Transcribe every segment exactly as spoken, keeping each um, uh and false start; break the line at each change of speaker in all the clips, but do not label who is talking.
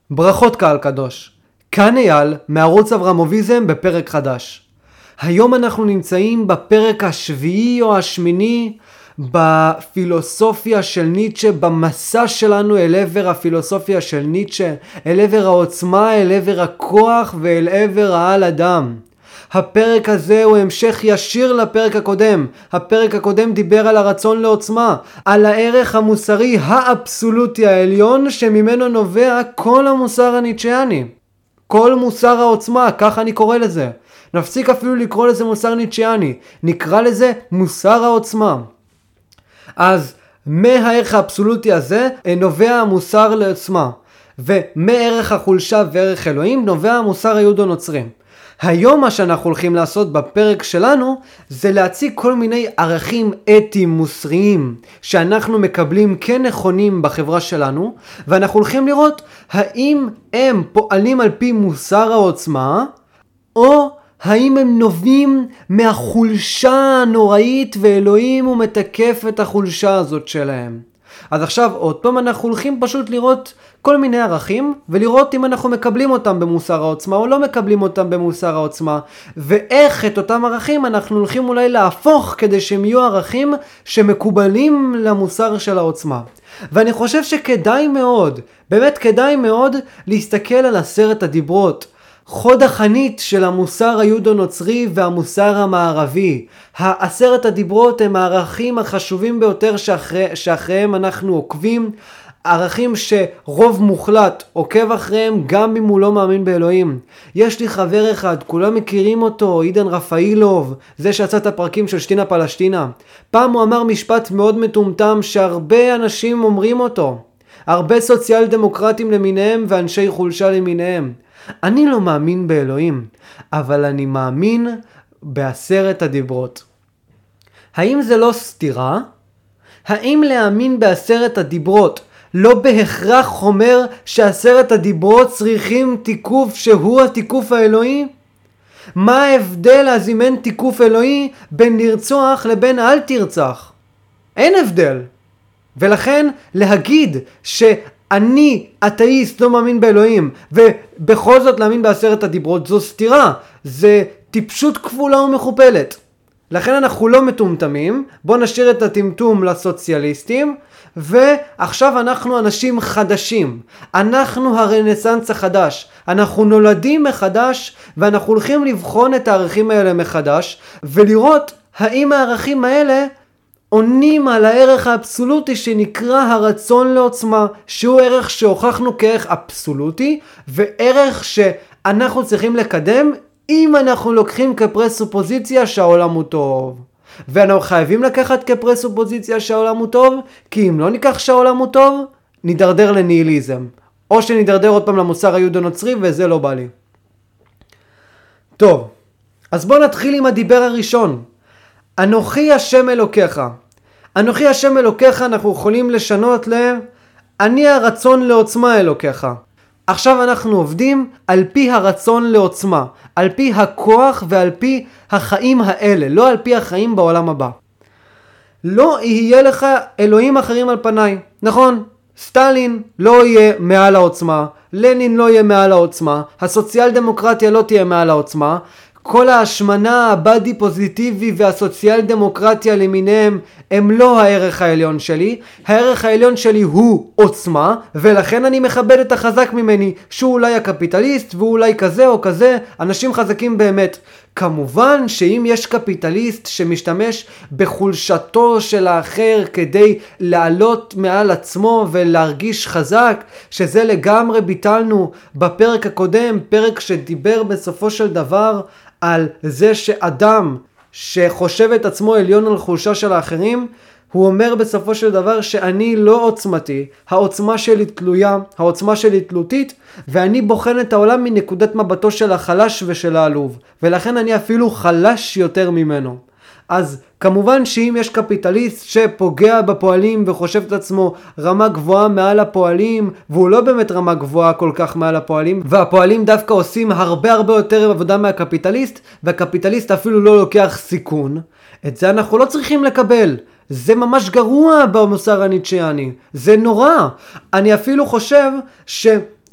ברכות קהל קדוש, כאן אייל מערוץ אברמוביזם בפרק חדש. היום אנחנו נמצאים בפרק השביעי או השמיני בפילוסופיה של ניטשה, במסע שלנו אל עבר הפילוסופיה של ניטשה, אל עבר העוצמה, אל עבר הכוח ואל עבר העל אדם. הפרק הזה הוא המשך ישיר לפרק הקודם. הפרק הקודם דיבר על הרצון לעוצמה, על הערך המוסרי האבסולוטי העליון שממנו נובע כל המוסר הניטשיאני. כל מוסר העוצמה, כך אני קורא לזה. נפסיק אפילו לקרוא לזה מוסר ניטשיאני, נקרא לזה מוסר העוצמה. אז מהערך האבסולוטי הזה נובע המוסר לעוצמה, ומערך החולשה וערך אלוהים נובע המוסר היהודו-נוצרי. היום מה שאנחנו הולכים לעשות בפרק שלנו זה להציג כל מיני ערכים אתיים מוסריים שאנחנו מקבלים כנכונים בחברה שלנו, ואנחנו הולכים לראות האם הם פועלים על פי מוסר העוצמה או האם הם נובעים מהחולשה הנוראית ואלוהים הוא מתקף את החולשה הזאת שלהם. אז עכשיו עוד פעם אנחנו הולכים פשוט לראות כל מיני ערכים ולראות אם אנחנו מקבלים אותם במוסר העוצמה או לא מקבלים אותם במוסר העוצמה, ואיך את אותם ערכים אנחנו הולכים אולי להפוך כדי שהם יהיו ערכים שמקובלים למוסר של העוצמה. ואני חושב שכדאי מאוד, באמת כדאי מאוד להסתכל על עשרת הדיברות, חוד החנית של המוסר היהודו-נוצרי והמוסר המערבי. העשרת הדיברות הם הערכים החשובים ביותר שאחרי, שאחריהם אנחנו עוקבים, ערכים שרוב מוחלט עוקב אחריהם גם אם הוא לא מאמין באלוהים. יש לי חבר אחד, כולם מכירים אותו, עידן רפאילוב, זה שעשה את הפרקים של שתינה פלשתינה. פעם הוא אמר משפט מאוד מטומטם שהרבה אנשים אומרים אותו, הרבה סוציאל דמוקרטים למיניהם ואנשי חולשה למיניהם. אני לא מאמין באלוהים, אבל אני מאמין בעשרת הדיברות. האם זה לא סתירה? האם להאמין בעשרת הדיברות לא בהכרח אומר שעשרת הדיברות צריכים תיקוף שהוא התיקוף האלוהי? מה ההבדל אז אם אין תיקוף אלוהי בין לרצוח לבין אל תרצח? אין הבדל. ולכן להגיד שאני אתאיסט לא מאמין באלוהים ובכל זאת להאמין בעשרת הדיברות זו סתירה, זה טיפשות כפולה ומכופלת. לכן אנחנו לא מטומטמים, בוא נשאיר את הטמטום לסוציאליסטים, ועכשיו אנחנו אנשים חדשים, אנחנו הרנסנס החדש, אנחנו נולדים מחדש ואנחנו הולכים לבחון את הערכים האלה מחדש ולראות האם הערכים האלה עונים על הערך האבסולוטי שנקרא הרצון לעוצמה, שהוא ערך שהוכחנו כערך אבסולוטי וערך שאנחנו צריכים לקדם אם אנחנו לוקחים כפרסופוזיציה שהעולם הוא טוב. ואנחנו חייבים לקחת כפרסופוזיציה שהעולם הוא טוב, כי אם לא ניקח שהעולם הוא טוב, נדרדר לניהיליזם. או שנדרדר עוד פעם למוסר היהודו-נוצרי, וזה לא בא לי. טוב, אז בואו נתחיל עם הדיבר הראשון. אנוכי השם אלוקיך. אנוכי השם אלוקיך אנחנו יכולים לשנות ל... אני הרצון לעוצמה אלוקיך. עכשיו אנחנו עובדים על פי הרצון לעוצמה, על פי הכוח ועל פי החיים האלה, לא על פי החיים בעולם הבא. לא יהיה לך אלוהים אחרים על פניי, נכון? סטלין לא יהיה מעל העוצמה, לנין לא יהיה מעל העוצמה, הסוציאל דמוקרטיה לא תהיה מעל העוצמה, כל ההשמנה, הבאדי פוזיטיבי והסוציאל דמוקרטיה למיניהם הם לא הערך העליון שלי. הערך העליון שלי הוא עוצמה, ולכן אני מכבד את החזק ממני, שהוא אולי הקפיטליסט והוא אולי כזה או כזה, אנשים חזקים באמת. כמובן שאם יש קפיטליסט שמשתמש בחולשתו של האחר כדי לעלות מעל עצמו ולהרגיש חזק, שזה לגמרי ביטלנו בפרק הקודם, פרק שדיבר בסופו של דבר על זה שאדם שחושב את עצמו עליון על חולשה של האחרים, הוא אומר בסופו של דבר שאני לא עוצמתי, העוצמה שלי תלויה, העוצמה שלי תלותית, ואני בוחן את העולם מנקודת מבטו של החלש ושל העלוב, ולכן אני אפילו חלש יותר ממנו. אז כמובן שאם יש קפיטליסט שפוגע בפועלים וחושב את עצמו רמה גבוהה מעל הפועלים, והוא לא באמת רמה גבוהה כל כך מעל הפועלים, והפועלים דווקא עושים הרבה הרבה יותר עבודה מהקפיטליסט, והקפיטליסט אפילו לא לוקח סיכון, את זה אנחנו לא צריכים לקבל. זה ממש גרוע במוסר הניטשיאני, זה נורא. אני אפילו חושב ש...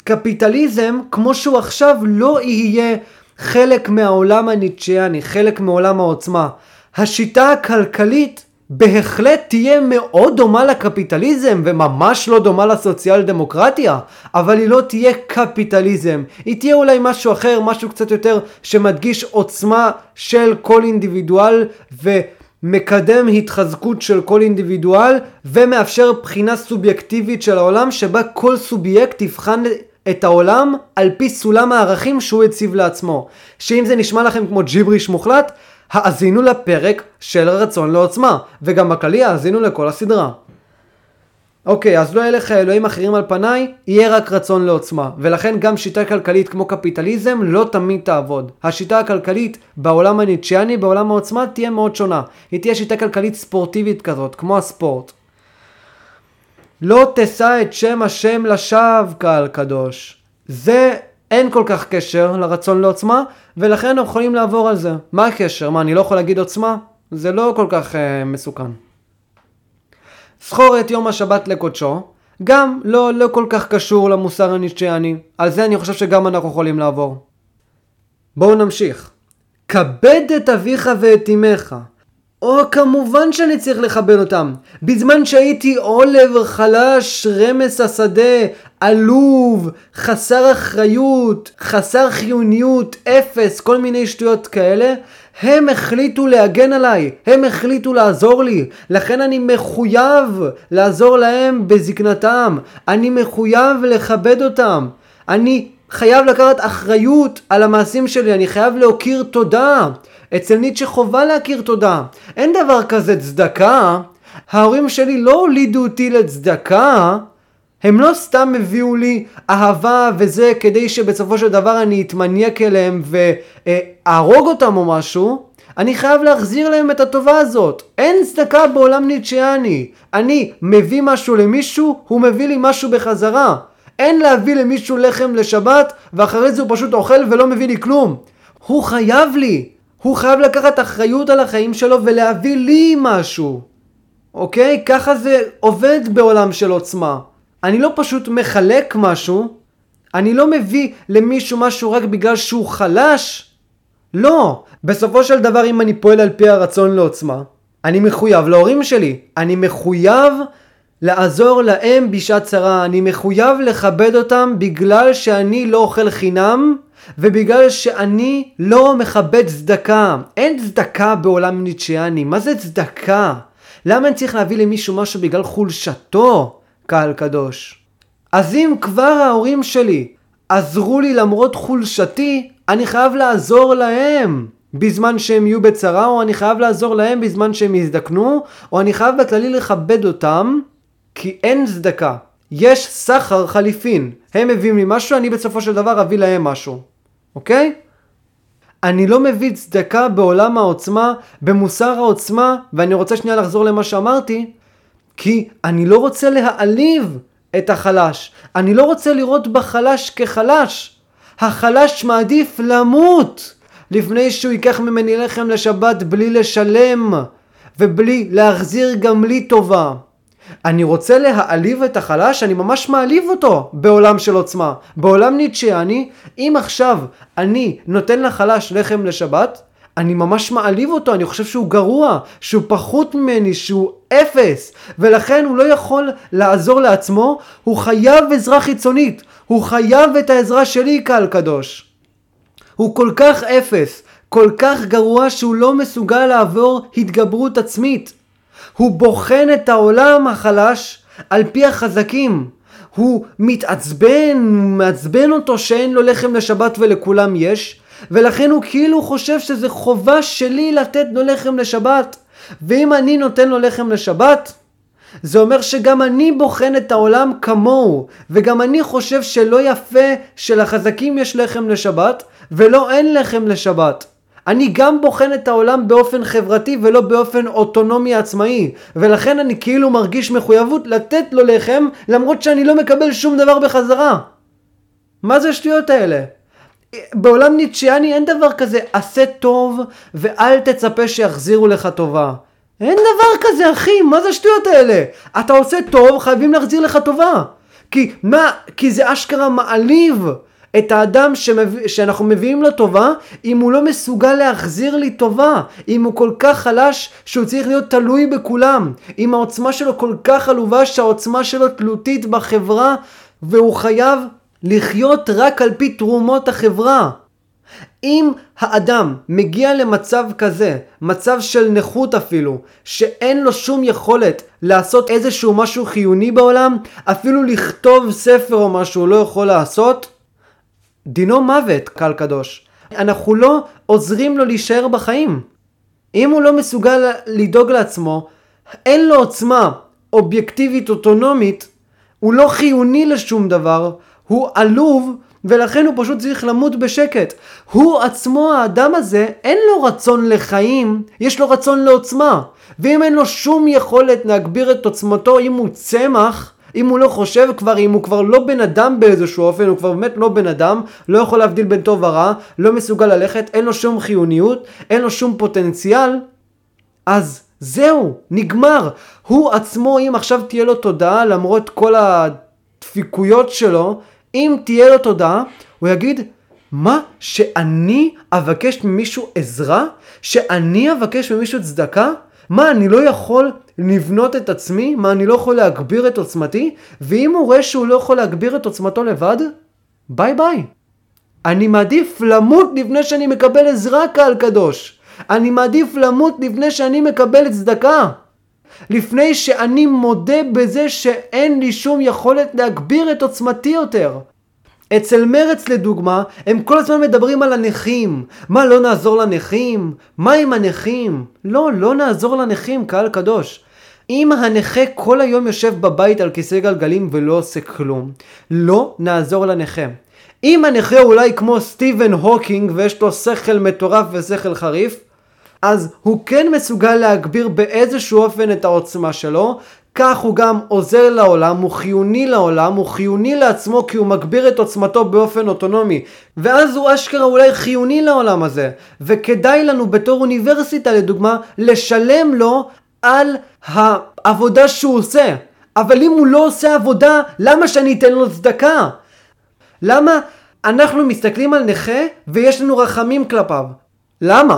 קפיטליזם כמו שהוא עכשיו לא יהיה חלק מהעולם הניטשיאני, חלק מעולם העוצמה. השיטה הכלכלית בהחלט תהיה מאוד דומה לקפיטליזם וממש לא דומה לסוציאל דמוקרטיה, אבל היא לא תהיה קפיטליזם. היא תהיה אולי משהו אחר, משהו קצת יותר שמדגיש עוצמה של כל אינדיבידואל ומקדם התחזקות של כל אינדיבידואל ומאפשר בחינה סובייקטיבית של העולם שבה כל סובייקט יבחן את העולם על פי סולם הערכים שהוא הציב לעצמו. שאם זה נשמע לכם כמו ג'יבריש מוחלט, האזינו לפרק של רצון לעוצמה, וגם בכללי האזינו לכל הסדרה. אוקיי, אז לא יהיה לך אלוהים אחרים על פניי, יהיה רק רצון לעוצמה, ולכן גם שיטה כלכלית כמו קפיטליזם לא תמיד תעבוד. השיטה הכלכלית בעולם הניטשיאני, בעולם העוצמה, תהיה מאוד שונה. היא תהיה שיטה כלכלית ספורטיבית כזאת, כמו הספורט. לא תשא את שם השם לשווא, קהל קדוש. זה אין כל כך קשר לרצון לעוצמה, ולכן אנחנו יכולים לעבור על זה. מה הקשר? מה, אני לא יכול להגיד עוצמה? זה לא כל כך אה, מסוכן. זכור את יום השבת לקודשו, גם לא, לא כל כך קשור למוסר הניטשיאני. על זה אני חושב שגם אנחנו יכולים לעבור. בואו נמשיך. כבד את אביך ואת אמך. או כמובן שאני צריך לכבד אותם. בזמן שהייתי עולב חלש, רמס השדה, עלוב, חסר אחריות, חסר חיוניות, אפס, כל מיני שטויות כאלה, הם החליטו להגן עליי, הם החליטו לעזור לי, לכן אני מחויב לעזור להם בזקנתם, אני מחויב לכבד אותם, אני חייב לקחת אחריות על המעשים שלי, אני חייב להכיר תודה. אצל ניטשה חובה להכיר תודה. אין דבר כזה צדקה. ההורים שלי לא הולידו אותי לצדקה. הם לא סתם הביאו לי אהבה וזה כדי שבסופו של דבר אני אתמניאק אליהם ואהרוג אותם או משהו. אני חייב להחזיר להם את הטובה הזאת. אין צדקה בעולם ניטשיאני. אני מביא משהו למישהו, הוא מביא לי משהו בחזרה. אין להביא למישהו לחם לשבת ואחרי זה הוא פשוט אוכל ולא מביא לי כלום. הוא חייב לי. הוא חייב לקחת אחריות על החיים שלו ולהביא לי משהו. אוקיי? ככה זה עובד בעולם של עוצמה. אני לא פשוט מחלק משהו. אני לא מביא למישהו משהו רק בגלל שהוא חלש. לא. בסופו של דבר אם אני פועל על פי הרצון לעוצמה, אני מחויב להורים שלי. אני מחויב לעזור להם בשעת צרה. אני מחויב לכבד אותם בגלל שאני לא אוכל חינם. ובגלל שאני לא מכבד צדקה. אין צדקה בעולם ניטשיאני. מה זה צדקה? למה אני צריך להביא למישהו משהו בגלל חולשתו, קהל קדוש? אז אם כבר ההורים שלי עזרו לי למרות חולשתי, אני חייב לעזור להם בזמן שהם יהיו בצרה, או אני חייב לעזור להם בזמן שהם יזדקנו, או אני חייב בכללי לכבד אותם, כי אין צדקה. יש סחר חליפין. הם מביאים לי משהו, אני בסופו של דבר אביא להם משהו. אוקיי? אני לא מביא צדקה בעולם העוצמה, במוסר העוצמה, ואני רוצה שנייה לחזור למה שאמרתי, כי אני לא רוצה להעליב את החלש. אני לא רוצה לראות בחלש כחלש. החלש מעדיף למות לפני שהוא ייקח ממני לחם לשבת בלי לשלם ובלי להחזיר גם לי טובה. אני רוצה להעליב את החלש, אני ממש מעליב אותו בעולם של עוצמה. בעולם ניטשיאני, אם עכשיו אני נותן לחלש לחם לשבת, אני ממש מעליב אותו, אני חושב שהוא גרוע, שהוא פחות ממני, שהוא אפס, ולכן הוא לא יכול לעזור לעצמו, הוא חייב עזרה חיצונית, הוא חייב את העזרה שלי, קהל קדוש. הוא כל כך אפס, כל כך גרוע שהוא לא מסוגל לעבור התגברות עצמית. הוא בוחן את העולם החלש על פי החזקים. הוא מתעצבן, מעצבן אותו שאין לו לחם לשבת ולכולם יש, ולכן הוא כאילו חושב שזה חובה שלי לתת לו לחם לשבת. ואם אני נותן לו לחם לשבת, זה אומר שגם אני בוחן את העולם כמוהו, וגם אני חושב שלא יפה שלחזקים יש לחם לשבת, ולא אין לחם לשבת. אני גם בוחן את העולם באופן חברתי ולא באופן אוטונומי עצמאי, ולכן אני כאילו מרגיש מחויבות לתת לו לחם למרות שאני לא מקבל שום דבר בחזרה. מה זה השטויות האלה? בעולם ניטשיאני אין דבר כזה עשה טוב ואל תצפה שיחזירו לך טובה. אין דבר כזה אחי, מה זה השטויות האלה? אתה עושה טוב, חייבים להחזיר לך טובה. כי מה? כי זה אשכרה מעליב את האדם שמביא, שאנחנו מביאים לו טובה, אם הוא לא מסוגל להחזיר לי טובה, אם הוא כל כך חלש שהוא צריך להיות תלוי בכולם, אם העוצמה שלו כל כך עלובה שהעוצמה שלו תלותית בחברה, והוא חייב לחיות רק על פי תרומות החברה. אם האדם מגיע למצב כזה, מצב של נכות אפילו, שאין לו שום יכולת לעשות איזשהו משהו חיוני בעולם, אפילו לכתוב ספר או משהו הוא לא יכול לעשות, דינו מוות, קהל קדוש. אנחנו לא עוזרים לו להישאר בחיים. אם הוא לא מסוגל לדאוג לעצמו, אין לו עוצמה אובייקטיבית אוטונומית, הוא לא חיוני לשום דבר, הוא עלוב, ולכן הוא פשוט צריך למות בשקט. הוא עצמו, האדם הזה, אין לו רצון לחיים, יש לו רצון לעוצמה. ואם אין לו שום יכולת להגביר את עוצמתו, אם הוא צמח, אם הוא לא חושב כבר, אם הוא כבר לא בן אדם באיזשהו אופן, הוא כבר באמת לא בן אדם, לא יכול להבדיל בין טוב ורע, לא מסוגל ללכת, אין לו שום חיוניות, אין לו שום פוטנציאל, אז זהו, נגמר. הוא עצמו, אם עכשיו תהיה לו תודעה, למרות כל הדפיקויות שלו, אם תהיה לו תודעה, הוא יגיד, מה? שאני אבקש ממישהו עזרה? שאני אבקש ממישהו צדקה? מה, אני לא יכול לבנות את עצמי? מה, אני לא יכול להגביר את עוצמתי? ואם הוא רואה שהוא לא יכול להגביר את עוצמתו לבד, ביי ביי. אני מעדיף למות לפני שאני מקבל עזרה, קהל קדוש. אני מעדיף למות לפני שאני מקבל צדקה. לפני שאני מודה בזה שאין לי שום יכולת להגביר את עוצמתי יותר. אצל מרץ לדוגמה, הם כל הזמן מדברים על הנכים. מה, לא נעזור לנכים? מה עם הנכים? לא, לא נעזור לנכים, קהל קדוש. אם הנכה כל היום יושב בבית על כיסא גלגלים ולא עושה כלום, לא נעזור לנכה. אם הנכה אולי כמו סטיבן הוקינג ויש לו שכל מטורף ושכל חריף, אז הוא כן מסוגל להגביר באיזשהו אופן את העוצמה שלו, כך הוא גם עוזר לעולם, הוא חיוני לעולם, הוא חיוני לעצמו כי הוא מגביר את עוצמתו באופן אוטונומי, ואז הוא אשכרה אולי חיוני לעולם הזה, וכדאי לנו בתור אוניברסיטה לדוגמה לשלם לו על העבודה שהוא עושה. אבל אם הוא לא עושה עבודה, למה שאני אתן לו צדקה? למה אנחנו מסתכלים על נכה ויש לנו רחמים כלפיו? למה?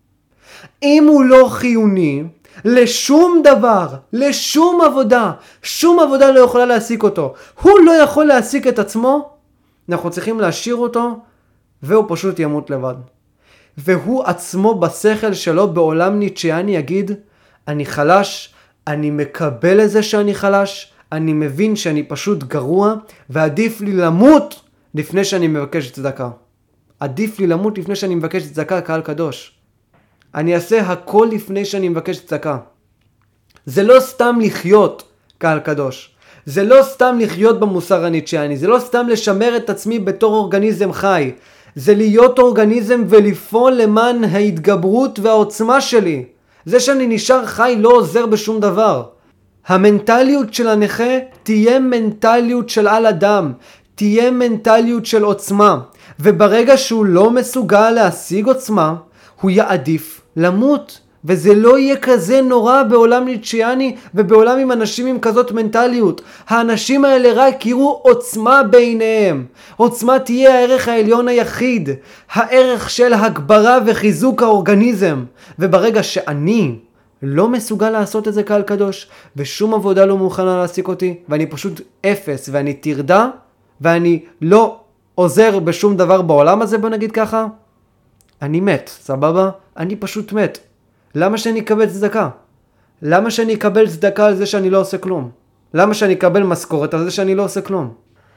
אם הוא לא חיוני לשום דבר, לשום עבודה, שום עבודה לא יכולה להעסיק אותו, הוא לא יכול להעסיק את עצמו, אנחנו צריכים להשאיר אותו והוא פשוט ימות לבד. והוא עצמו בשכל שלו בעולם ניטשיאני יגיד, אני חלש, אני מקבל את זה שאני חלש, אני מבין שאני פשוט גרוע, ועדיף לי למות לפני שאני מבקש צדקה. עדיף לי למות לפני שאני מבקש צדקה, קהל קדוש. אני אעשה הכל לפני שאני מבקש צדקה. זה לא סתם לחיות, קהל קדוש. זה לא סתם לחיות במוסר הניטשיאני. זה לא סתם לשמר את עצמי בתור אורגניזם חי. זה להיות אורגניזם ולפעול למען ההתגברות והעוצמה שלי. זה שאני נשאר חי לא עוזר בשום דבר. המנטליות של הנכה תהיה מנטליות של על אדם. תהיה מנטליות של עוצמה. וברגע שהוא לא מסוגל להשיג עוצמה, הוא יעדיף למות. וזה לא יהיה כזה נורא בעולם ניטשיאני ובעולם עם אנשים עם כזאת מנטליות. האנשים האלה רק יראו עוצמה בעיניהם. עוצמה תהיה הערך העליון היחיד. הערך של הגברה וחיזוק האורגניזם. וברגע שאני לא מסוגל לעשות את זה, קהל קדוש, ושום עבודה לא מוכנה להעסיק אותי, ואני פשוט אפס ואני תרדה, ואני לא עוזר בשום דבר בעולם הזה, בוא נגיד ככה, אני מת, סבבה? אני פשוט מת. למה שאני אקבל צדקה? למה שאני אקבל צדקה על זה שאני לא עושה כלום? למה שאני אקבל משכורת על זה שאני לא עושה כלום?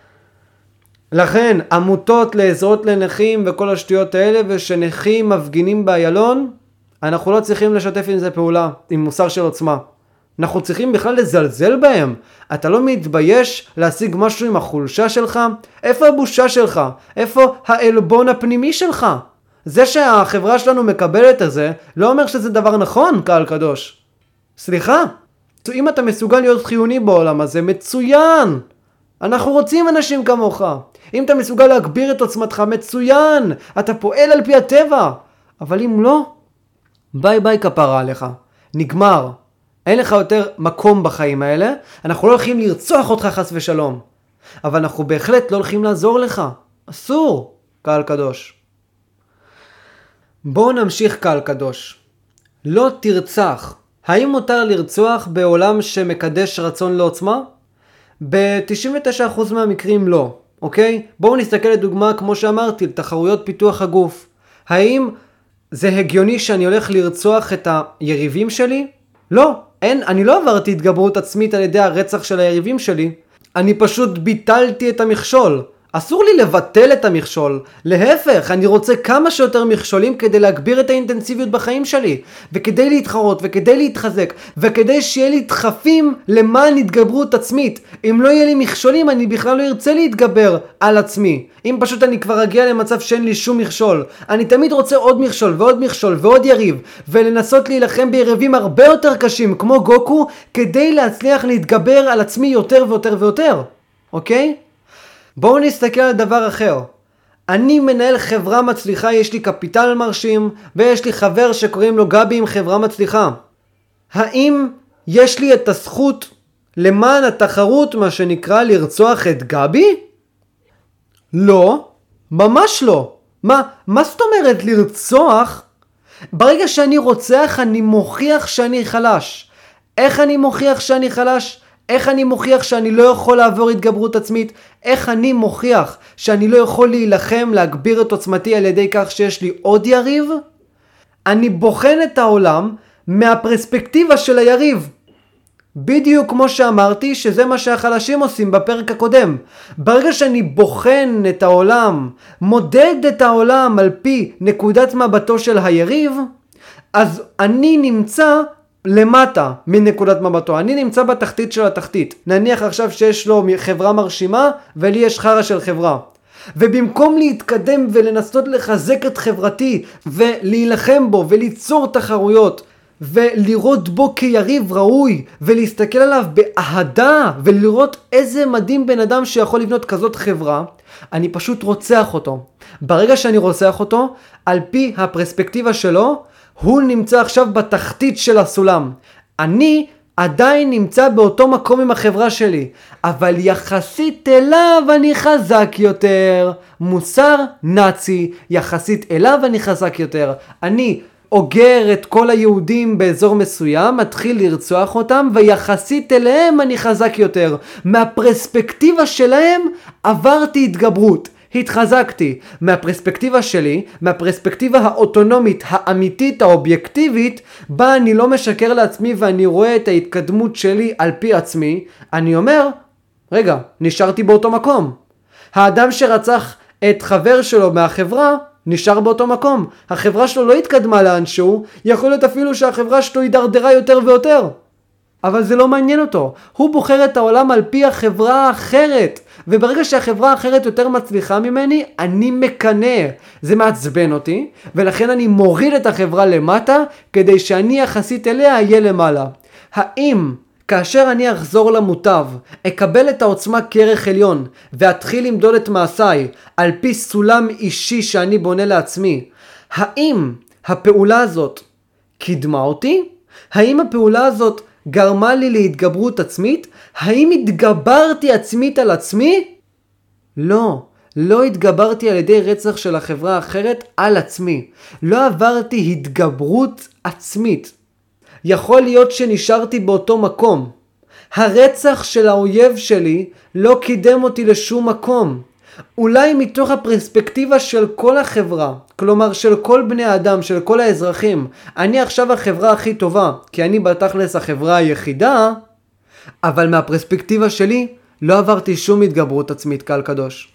לכן, עמותות לעזרות לנכים וכל השטויות האלה, ושנכים מפגינים באיילון, אנחנו לא צריכים לשתף עם זה פעולה, עם מוסר של עוצמה. אנחנו צריכים בכלל לזלזל בהם. אתה לא מתבייש להשיג משהו עם החולשה שלך? איפה הבושה שלך? איפה העלבון הפנימי שלך? זה שהחברה שלנו מקבלת את זה, לא אומר שזה דבר נכון, קהל קדוש. סליחה? אם אתה מסוגל להיות חיוני בעולם הזה, מצוין! אנחנו רוצים אנשים כמוך. אם אתה מסוגל להגביר את עוצמתך, מצוין! אתה פועל על פי הטבע. אבל אם לא, ביי ביי כפרה עליך. נגמר. אין לך יותר מקום בחיים האלה. אנחנו לא הולכים לרצוח אותך חס ושלום. אבל אנחנו בהחלט לא הולכים לעזור לך. אסור, קהל קדוש. בואו נמשיך, קהל קדוש. לא תרצח. האם מותר לרצוח בעולם שמקדש רצון לעוצמה? ב-תשעים ותשעה אחוז מהמקרים לא, אוקיי? בואו נסתכל לדוגמה, כמו שאמרתי, לתחרויות פיתוח הגוף. האם זה הגיוני שאני הולך לרצוח את היריבים שלי? לא, אין, אני לא עברתי התגברות עצמית על ידי הרצח של היריבים שלי. אני פשוט ביטלתי את המכשול. אסור לי לבטל את המכשול. להפך, אני רוצה כמה שיותר מכשולים כדי להגביר את האינטנסיביות בחיים שלי. וכדי להתחרות, וכדי להתחזק, וכדי שיהיה לי דחפים למען התגברות עצמית. אם לא יהיה לי מכשולים, אני בכלל לא ארצה להתגבר על עצמי. אם פשוט אני כבר אגיע למצב שאין לי שום מכשול. אני תמיד רוצה עוד מכשול, ועוד מכשול, ועוד יריב. ולנסות להילחם ביריבים הרבה יותר קשים, כמו גוקו, כדי להצליח להתגבר על עצמי יותר ויותר ויותר. אוקיי? בואו נסתכל על דבר אחר. אני מנהל חברה מצליחה, יש לי קפיטל מרשים, ויש לי חבר שקוראים לו גבי עם חברה מצליחה. האם יש לי את הזכות למען התחרות, מה שנקרא, לרצוח את גבי? לא, ממש לא. מה, מה זאת אומרת לרצוח? ברגע שאני רוצח, אני מוכיח שאני חלש. איך אני מוכיח שאני חלש? איך אני מוכיח שאני לא יכול לעבור התגברות עצמית? איך אני מוכיח שאני לא יכול להילחם, להגביר את עוצמתי על ידי כך שיש לי עוד יריב? אני בוחן את העולם מהפרספקטיבה של היריב. בדיוק כמו שאמרתי שזה מה שהחלשים עושים בפרק הקודם. ברגע שאני בוחן את העולם, מודד את העולם על פי נקודת מבטו של היריב, אז אני נמצא למטה מנקודת מבטו. אני נמצא בתחתית של התחתית. נניח עכשיו שיש לו חברה מרשימה ולי יש חרה של חברה. ובמקום להתקדם ולנסות לחזק את חברתי ולהילחם בו וליצור תחרויות ולראות בו כיריב ראוי ולהסתכל עליו באהדה ולראות איזה מדהים בן אדם שיכול לבנות כזאת חברה, אני פשוט רוצח אותו. ברגע שאני רוצח אותו, על פי הפרספקטיבה שלו, הוא נמצא עכשיו בתחתית של הסולם. אני עדיין נמצא באותו מקום עם החברה שלי, אבל יחסית אליו אני חזק יותר. מוסר נאצי, יחסית אליו אני חזק יותר. אני אוגר את כל היהודים באזור מסוים, מתחיל לרצוח אותם, ויחסית אליהם אני חזק יותר. מהפרספקטיבה שלהם עברתי התגברות. התחזקתי. מהפרספקטיבה שלי, מהפרספקטיבה האוטונומית, האמיתית, האובייקטיבית, בה אני לא משקר לעצמי ואני רואה את ההתקדמות שלי על פי עצמי, אני אומר, רגע, נשארתי באותו מקום. האדם שרצח את חבר שלו מהחברה, נשאר באותו מקום. החברה שלו לא התקדמה לאנשהו, יכול להיות אפילו שהחברה שלו הידרדרה יותר ויותר. אבל זה לא מעניין אותו. הוא בוחר את העולם על פי החברה האחרת. וברגע שהחברה האחרת יותר מצליחה ממני, אני מקנא. זה מעצבן אותי, ולכן אני מוריד את החברה למטה, כדי שאני יחסית אליה אהיה למעלה. האם כאשר אני אחזור למוטב, אקבל את העוצמה כערך עליון, ואתחיל למדוד את מעשיי, על פי סולם אישי שאני בונה לעצמי, האם הפעולה הזאת קידמה אותי? האם הפעולה הזאת גרמה לי להתגברות עצמית? האם התגברתי עצמית על עצמי? לא, לא התגברתי על ידי רצח של החברה האחרת על עצמי. לא עברתי התגברות עצמית. יכול להיות שנשארתי באותו מקום. הרצח של האויב שלי לא קידם אותי לשום מקום. אולי מתוך הפרספקטיבה של כל החברה, כלומר של כל בני האדם, של כל האזרחים, אני עכשיו החברה הכי טובה, כי אני בתכלס החברה היחידה, אבל מהפרספקטיבה שלי לא עברתי שום התגברות עצמית, קהל קדוש.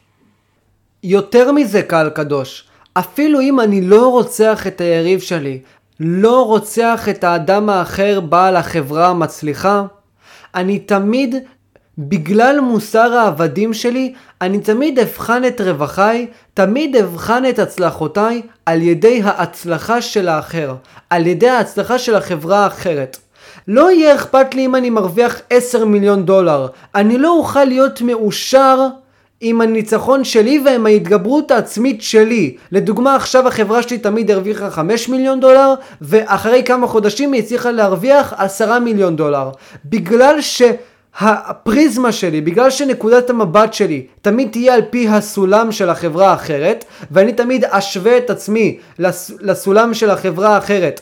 יותר מזה, קהל קדוש, אפילו אם אני לא רוצח את היריב שלי, לא רוצח את האדם האחר בעל החברה המצליחה, אני תמיד, בגלל מוסר העבדים שלי, אני תמיד אבחן את רווחיי, תמיד אבחן את הצלחותיי על ידי ההצלחה של האחר, על ידי ההצלחה של החברה האחרת. לא יהיה אכפת לי אם אני מרוויח עשרה מיליון דולר, אני לא אוכל להיות מאושר עם הניצחון שלי ועם ההתגברות העצמית שלי. לדוגמה, עכשיו החברה שלי תמיד הרוויחה חמישה מיליון דולר, ואחרי כמה חודשים היא הצליחה להרוויח עשרה מיליון דולר. בגלל הפריזמה שלי, בגלל שנקודת המבט שלי תמיד תהיה על פי הסולם של החברה האחרת, ואני תמיד אשווה את עצמי לס, לסולם של החברה האחרת,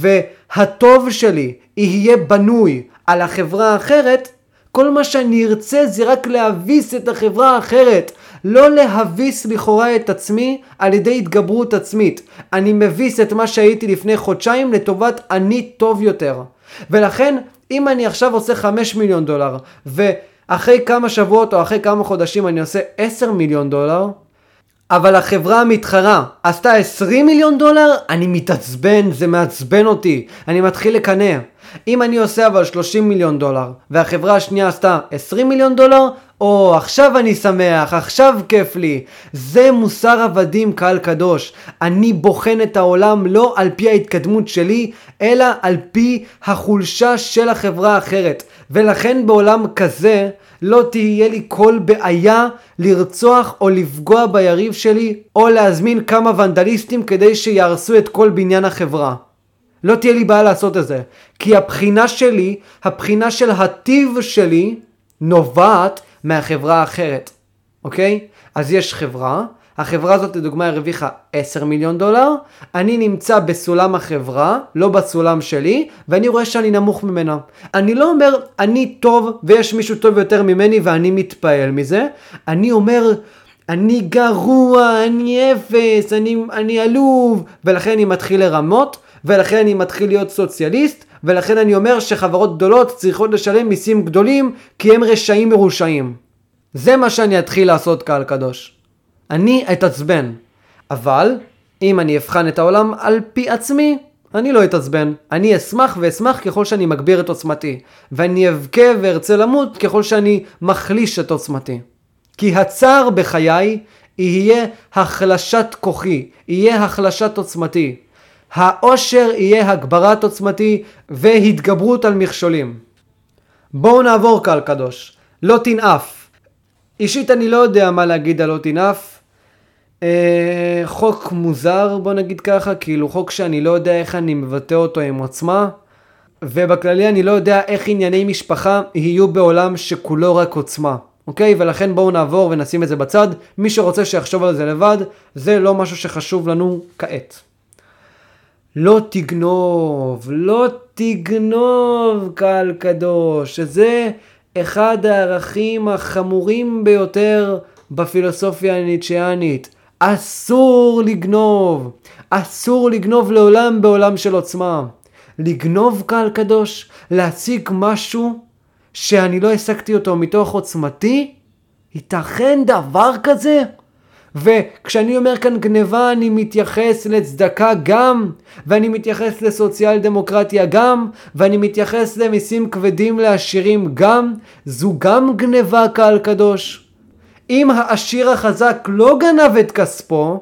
והטוב שלי יהיה בנוי על החברה האחרת, כל מה שאני ארצה זה רק להביס את החברה האחרת, לא להביס לכאורה את עצמי על ידי התגברות עצמית. אני מביס את מה שהייתי לפני חודשיים לטובת אני טוב יותר. ולכן אם אני עכשיו עושה חמישה מיליון דולר, ואחרי כמה שבועות או אחרי כמה חודשים אני עושה עשרה מיליון דולר, אבל החברה המתחרה עשתה עשרים מיליון דולר, אני מתעצבן, זה מעצבן אותי, אני מתחיל לקנא. אם אני עושה אבל שלושים מיליון דולר, והחברה השנייה עשתה עשרים מיליון דולר, או עכשיו אני שמח, עכשיו כיף לי. זה מוסר עבדים, קהל קדוש. אני בוחן את העולם לא על פי ההתקדמות שלי, אלא על פי החולשה של החברה האחרת. ולכן בעולם כזה לא תהיה לי כל בעיה לרצוח או לפגוע ביריב שלי, או להזמין כמה ונדליסטים כדי שיהרסו את כל בניין החברה. לא תהיה לי בעיה לעשות את זה. כי הבחינה שלי, הבחינה של הטיב שלי, נובעת מהחברה האחרת. אוקיי? אז יש חברה, החברה הזאת לדוגמה הרוויחה עשרה מיליון דולר, אני נמצא בסולם החברה, לא בסולם שלי, ואני רואה שאני נמוך ממנה. אני לא אומר אני טוב ויש מישהו טוב יותר ממני ואני מתפעל מזה, אני אומר אני גרוע, אני אפס, אני, אני עלוב, ולכן אני מתחיל לרמות, ולכן אני מתחיל להיות סוציאליסט, ולכן אני אומר שחברות גדולות צריכות לשלם מיסים גדולים כי הם רשעים מרושעים. זה מה שאני אתחיל לעשות, קהל קדוש. אני אתעצבן. אבל אם אני אבחן את העולם על פי עצמי, אני לא אתעצבן. אני אשמח ואשמח ככל שאני מגביר את עוצמתי. ואני אבכה וארצה למות ככל שאני מחליש את עוצמתי. כי הצער בחיי יהיה החלשת כוחי, יהיה החלשת עוצמתי. האושר יהיה הגברת עוצמתי והתגברות על מכשולים. בואו נעבור, קהל קדוש. לא תנאף. אישית אני לא יודע מה להגיד על לא תנאף. אה, חוק מוזר, בוא נגיד ככה, כאילו חוק שאני לא יודע איך אני מבטא אותו עם עוצמה. ובכללי אני לא יודע איך ענייני משפחה יהיו בעולם שכולו רק עוצמה. אוקיי? ולכן בואו נעבור ונשים את זה בצד. מי שרוצה שיחשוב על זה לבד, זה לא משהו שחשוב לנו כעת. לא תגנוב, לא תגנוב, קהל קדוש. שזה אחד הערכים החמורים ביותר בפילוסופיה הניטשיאנית. אסור לגנוב. אסור לגנוב לעולם בעולם של עוצמה. לגנוב, קהל קדוש, להשיג משהו שאני לא השגתי אותו מתוך עוצמתי, ייתכן דבר כזה? וכשאני אומר כאן גניבה, אני מתייחס לצדקה גם, ואני מתייחס לסוציאל דמוקרטיה גם, ואני מתייחס למיסים כבדים לעשירים גם. זו גם גניבה, קהל קדוש. אם העשיר החזק לא גנב את כספו,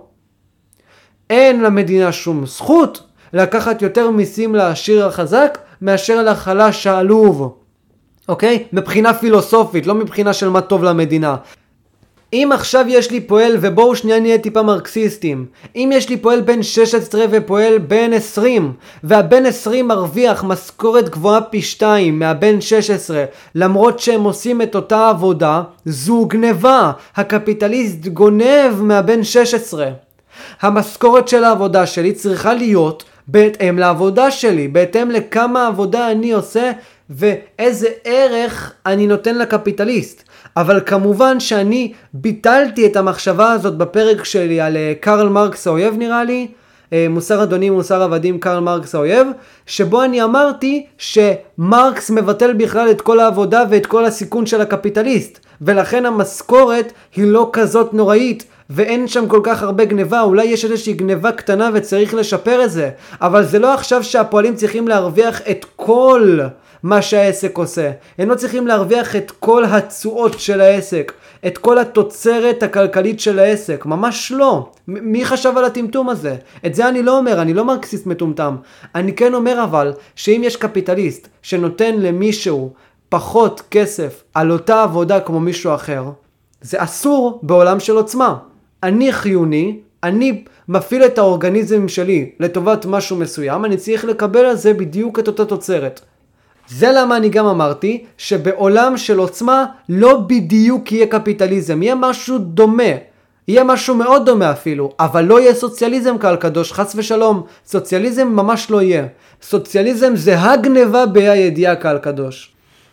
אין למדינה שום זכות לקחת יותר מיסים לעשיר החזק מאשר לחלש העלוב. אוקיי? מבחינה פילוסופית, לא מבחינה של מה טוב למדינה. אם עכשיו יש לי פועל, ובואו שנייה נהיה טיפה מרקסיסטים, אם יש לי פועל בן שש עשרה ופועל בן עשרים, והבן עשרים מרוויח משכורת גבוהה פי שתיים מהבן שש עשרה, למרות שהם עושים את אותה עבודה, זו גניבה. הקפיטליסט גונב מהבן שש עשרה. המשכורת של העבודה שלי צריכה להיות בהתאם לעבודה שלי, בהתאם לכמה עבודה אני עושה ואיזה ערך אני נותן לקפיטליסט. אבל כמובן שאני ביטלתי את המחשבה הזאת בפרק שלי על קרל מרקס האויב, נראה לי, מוסר אדונים מוסר עבדים, קרל מרקס האויב, שבו אני אמרתי שמרקס מבטל בכלל את כל העבודה ואת כל הסיכון של הקפיטליסט, ולכן המשכורת היא לא כזאת נוראית ואין שם כל כך הרבה גניבה. אולי יש איזושהי גניבה קטנה וצריך לשפר את זה, אבל זה לא עכשיו שהפועלים צריכים להרוויח את כל מה שהעסק עושה. הם לא צריכים להרוויח את כל התשואות של העסק, את כל התוצרת הכלכלית של העסק. ממש לא. מ- מי חשב על הטמטום הזה? את זה אני לא אומר, אני לא מרקסיסט מטומטם. אני כן אומר אבל, שאם יש קפיטליסט שנותן למישהו פחות כסף על אותה עבודה כמו מישהו אחר, זה אסור בעולם של עוצמה. אני חיוני, אני מפעיל את האורגניזם שלי לטובת משהו מסוים, אני צריך לקבל על זה בדיוק את אותה תוצרת. זה למה אני גם אמרתי שבעולם של עוצמה לא בדיוק יהיה קפיטליזם, יהיה משהו דומה, יהיה משהו מאוד דומה אפילו, אבל לא יהיה סוציאליזם קהל קדוש, חס ושלום, סוציאליזם ממש לא יהיה. סוציאליזם זה הגניבה בה"א הידיעה קהל קדוש.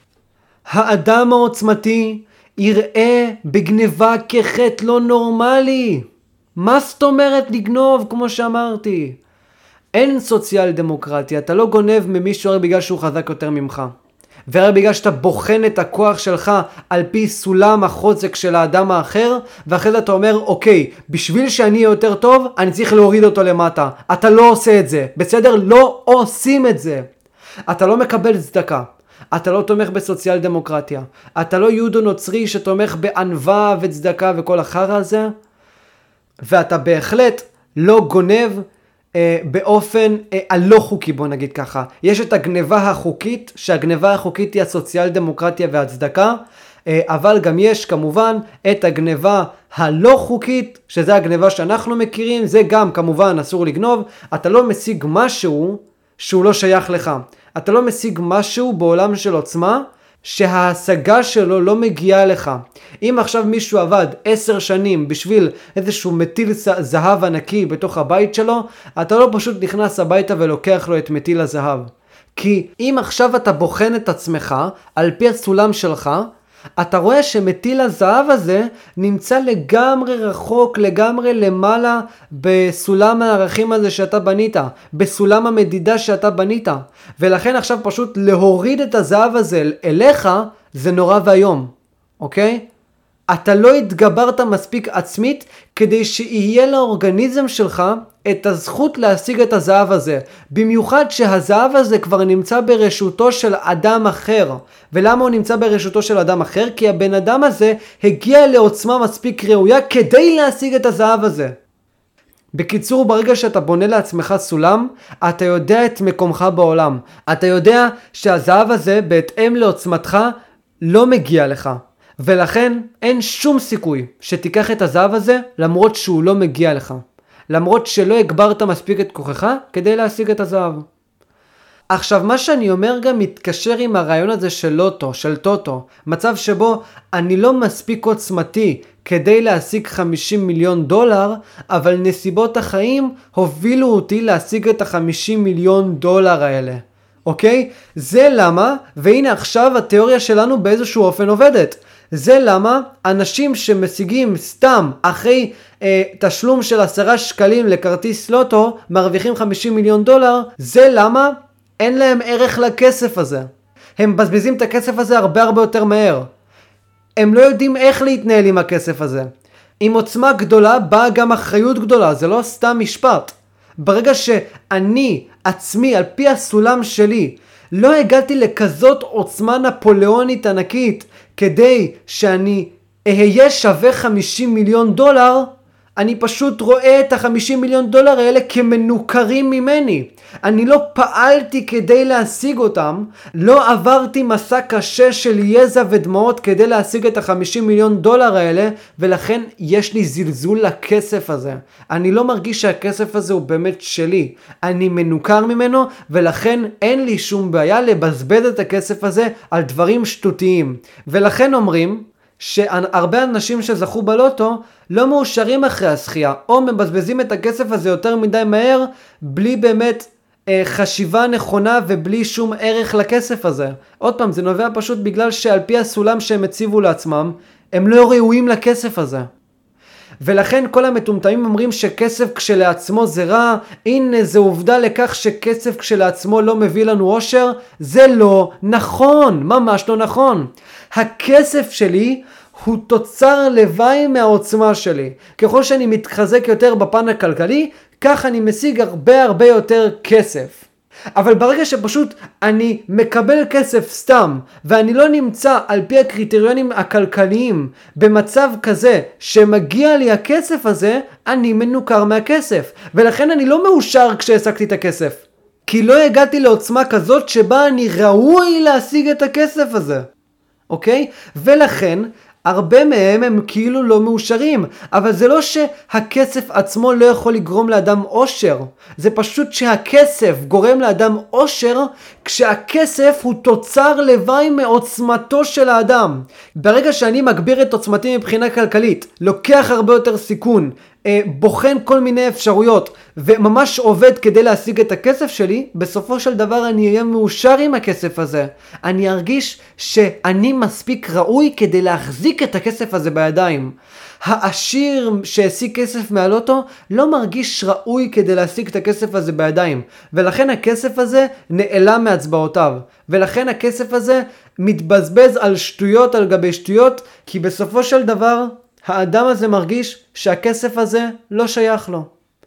האדם העוצמתי יראה בגניבה כחטא לא נורמלי. מה זאת אומרת לגנוב כמו שאמרתי? אין סוציאל דמוקרטיה, אתה לא גונב ממישהו רק בגלל שהוא חזק יותר ממך. ורק בגלל שאתה בוחן את הכוח שלך על פי סולם החוזק של האדם האחר, ואחרי זה אתה אומר, אוקיי, בשביל שאני אהיה יותר טוב, אני צריך להוריד אותו למטה. אתה לא עושה את זה, בסדר? לא עושים את זה. אתה לא מקבל צדקה. אתה לא תומך בסוציאל דמוקרטיה. אתה לא יהודו נוצרי שתומך בענווה וצדקה וכל החרא הזה. ואתה בהחלט לא גונב אה, באופן אה, הלא חוקי, בוא נגיד ככה. יש את הגניבה החוקית, שהגניבה החוקית היא הסוציאל דמוקרטיה והצדקה, אה, אבל גם יש כמובן את הגניבה הלא חוקית, שזה הגניבה שאנחנו מכירים, זה גם כמובן אסור לגנוב. אתה לא משיג משהו שהוא לא שייך לך. אתה לא משיג משהו בעולם של עוצמה שההשגה שלו לא מגיעה לך. אם עכשיו מישהו עבד עשר שנים בשביל איזשהו מטיל זהב ענקי בתוך הבית שלו, אתה לא פשוט נכנס הביתה ולוקח לו את מטיל הזהב. כי אם עכשיו אתה בוחן את עצמך על פי הסולם שלך, אתה רואה שמטיל הזהב הזה נמצא לגמרי רחוק, לגמרי למעלה בסולם הערכים הזה שאתה בנית, בסולם המדידה שאתה בנית. ולכן עכשיו פשוט להוריד את הזהב הזה אליך, זה נורא והיום, אוקיי? אתה לא התגברת מספיק עצמית כדי שיהיה לאורגניזם שלך את הזכות להשיג את הזהב הזה. במיוחד שהזהב הזה כבר נמצא ברשותו של אדם אחר. ולמה הוא נמצא ברשותו של אדם אחר? כי הבן אדם הזה הגיע לעוצמה מספיק ראויה כדי להשיג את הזהב הזה. בקיצור, ברגע שאתה בונה לעצמך סולם, אתה יודע את מקומך בעולם. אתה יודע שהזהב הזה בהתאם לעוצמתך לא מגיע לך. ולכן אין שום סיכוי שתיקח את הזהב הזה למרות שהוא לא מגיע לך. למרות שלא הגברת מספיק את כוחך כדי להשיג את הזהב. עכשיו, מה שאני אומר גם מתקשר עם הרעיון הזה של לוטו, של טוטו. מצב שבו אני לא מספיק עוצמתי כדי להשיג חמישים מיליון דולר, אבל נסיבות החיים הובילו אותי להשיג את ה-חמישים מיליון דולר האלה. אוקיי? זה למה, והנה עכשיו התיאוריה שלנו באיזשהו אופן עובדת. זה למה אנשים שמשיגים סתם אחרי אה, תשלום של עשרה שקלים לכרטיס לוטו מרוויחים חמישים מיליון דולר. זה למה אין להם ערך לכסף הזה. הם מבזבזים את הכסף הזה הרבה הרבה יותר מהר. הם לא יודעים איך להתנהל עם הכסף הזה. עם עוצמה גדולה באה גם אחריות גדולה, זה לא סתם משפט. ברגע שאני עצמי על פי הסולם שלי לא הגעתי לכזאת עוצמה נפוליאונית ענקית כדי שאני אהיה שווה חמישים מיליון דולר, אני פשוט רואה את ה-חמישים מיליון דולר האלה כמנוכרים ממני. אני לא פעלתי כדי להשיג אותם, לא עברתי מסע קשה של יזע ודמעות כדי להשיג את ה-חמישים מיליון דולר האלה, ולכן יש לי זלזול לכסף הזה. אני לא מרגיש שהכסף הזה הוא באמת שלי. אני מנוכר ממנו, ולכן אין לי שום בעיה לבזבז את הכסף הזה על דברים שטותיים. ולכן אומרים שהרבה אנשים שזכו בלוטו לא מאושרים אחרי הזכייה, או מבזבזים את הכסף הזה יותר מדי מהר, בלי באמת אה, חשיבה נכונה ובלי שום ערך לכסף הזה. עוד פעם, זה נובע פשוט בגלל שעל פי הסולם שהם הציבו לעצמם, הם לא ראויים לכסף הזה. ולכן כל המטומטמים אומרים שכסף כשלעצמו זה רע. הנה זה עובדה לכך שכסף כשלעצמו לא מביא לנו אושר. זה לא נכון, ממש לא נכון. הכסף שלי הוא תוצר לוואי מהעוצמה שלי. ככל שאני מתחזק יותר בפן הכלכלי, כך אני משיג הרבה הרבה יותר כסף. אבל ברגע שפשוט אני מקבל כסף סתם, ואני לא נמצא על פי הקריטריונים הכלכליים במצב כזה שמגיע לי הכסף הזה, אני מנוכר מהכסף. ולכן אני לא מאושר כשהשגתי את הכסף. כי לא הגעתי לעוצמה כזאת שבה אני ראוי להשיג את הכסף הזה. אוקיי? ולכן הרבה מהם הם כאילו לא מאושרים, אבל זה לא שהכסף עצמו לא יכול לגרום לאדם אושר, זה פשוט שהכסף גורם לאדם אושר כשהכסף הוא תוצר לוואי מעוצמתו של האדם. ברגע שאני מגביר את עוצמתי מבחינה כלכלית, לוקח הרבה יותר סיכון, בוחן כל מיני אפשרויות וממש עובד כדי להשיג את הכסף שלי, בסופו של דבר אני אהיה מאושר עם הכסף הזה. אני ארגיש שאני מספיק ראוי כדי להחזיק את הכסף הזה בידיים. העשיר שהשיג כסף מהלוטו לא מרגיש ראוי כדי להשיג את הכסף הזה בידיים, ולכן הכסף הזה נעלם מהצבעותיו, ולכן הכסף הזה מתבזבז על שטויות על גבי שטויות, כי בסופו של דבר האדם הזה מרגיש שהכסף הזה לא שייך לו.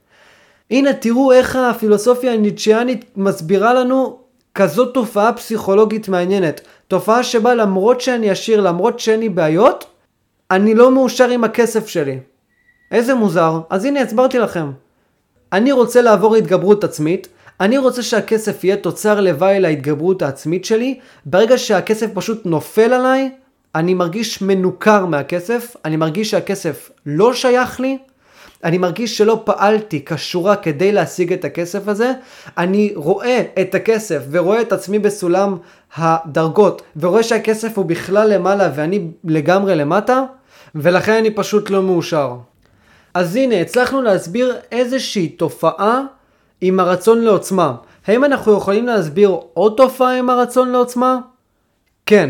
הנה תראו איך הפילוסופיה הניטשיאנית מסבירה לנו כזאת תופעה פסיכולוגית מעניינת. תופעה שבה למרות שאני עשיר, למרות שאני בעיות, אני לא מאושר עם הכסף שלי. איזה מוזר. אז הנה הסברתי לכם. אני רוצה לעבור התגברות עצמית. אני רוצה שהכסף יהיה תוצר לוואי להתגברות העצמית שלי. ברגע שהכסף פשוט נופל עליי, אני מרגיש מנוכר מהכסף, אני מרגיש שהכסף לא שייך לי, אני מרגיש שלא פעלתי כשורה כדי להשיג את הכסף הזה, אני רואה את הכסף ורואה את עצמי בסולם הדרגות, ורואה שהכסף הוא בכלל למעלה ואני לגמרי למטה, ולכן אני פשוט לא מאושר. אז הנה, הצלחנו להסביר איזושהי תופעה עם הרצון לעוצמה. האם אנחנו יכולים להסביר עוד תופעה עם הרצון לעוצמה? כן.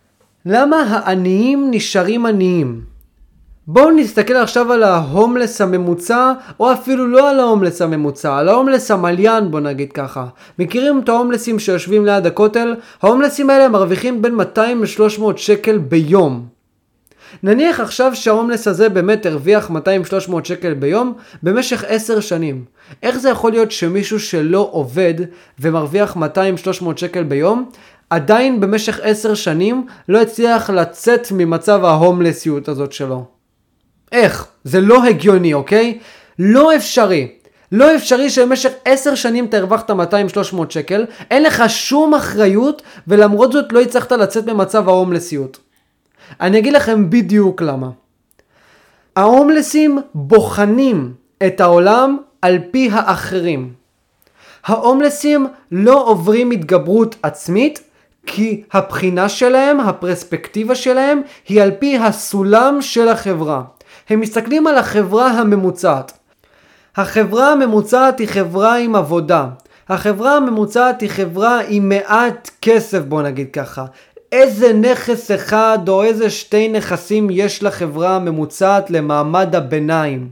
למה העניים נשארים עניים? בואו נסתכל עכשיו על ההומלס הממוצע, או אפילו לא על ההומלס הממוצע, על ההומלס המליין, בוא נגיד ככה. מכירים את ההומלסים שיושבים ליד הכותל? ההומלסים האלה מרוויחים בין מאתיים ל-שלוש מאות שקל ביום. נניח עכשיו שההומלס הזה באמת הרוויח מאתיים שלוש מאות שקל ביום במשך עשר שנים. איך זה יכול להיות שמישהו שלא עובד ומרוויח מאתיים שלוש מאות שקל ביום, עדיין במשך עשר שנים לא הצליח לצאת ממצב ההומלסיות הזאת שלו? איך? זה לא הגיוני, אוקיי? לא אפשרי. לא אפשרי שבמשך עשר שנים תרווחת מאתיים שלוש מאות שקל, אין לך שום אחריות, ולמרות זאת לא הצלחת לצאת ממצב ההומלסיות. אני אגיד לכם בדיוק למה. ההומלסים בוחנים את העולם על פי האחרים. ההומלסים לא עוברים התגברות עצמית, כי הבחינה שלהם, הפרספקטיבה שלהם, היא על פי הסולם של החברה. הם מסתכלים על החברה הממוצעת. החברה הממוצעת היא חברה עם עבודה. החברה הממוצעת היא חברה עם מעט כסף, בוא נגיד ככה. איזה נכס אחד או איזה שתי נכסים יש לחברה הממוצעת למעמד הביניים.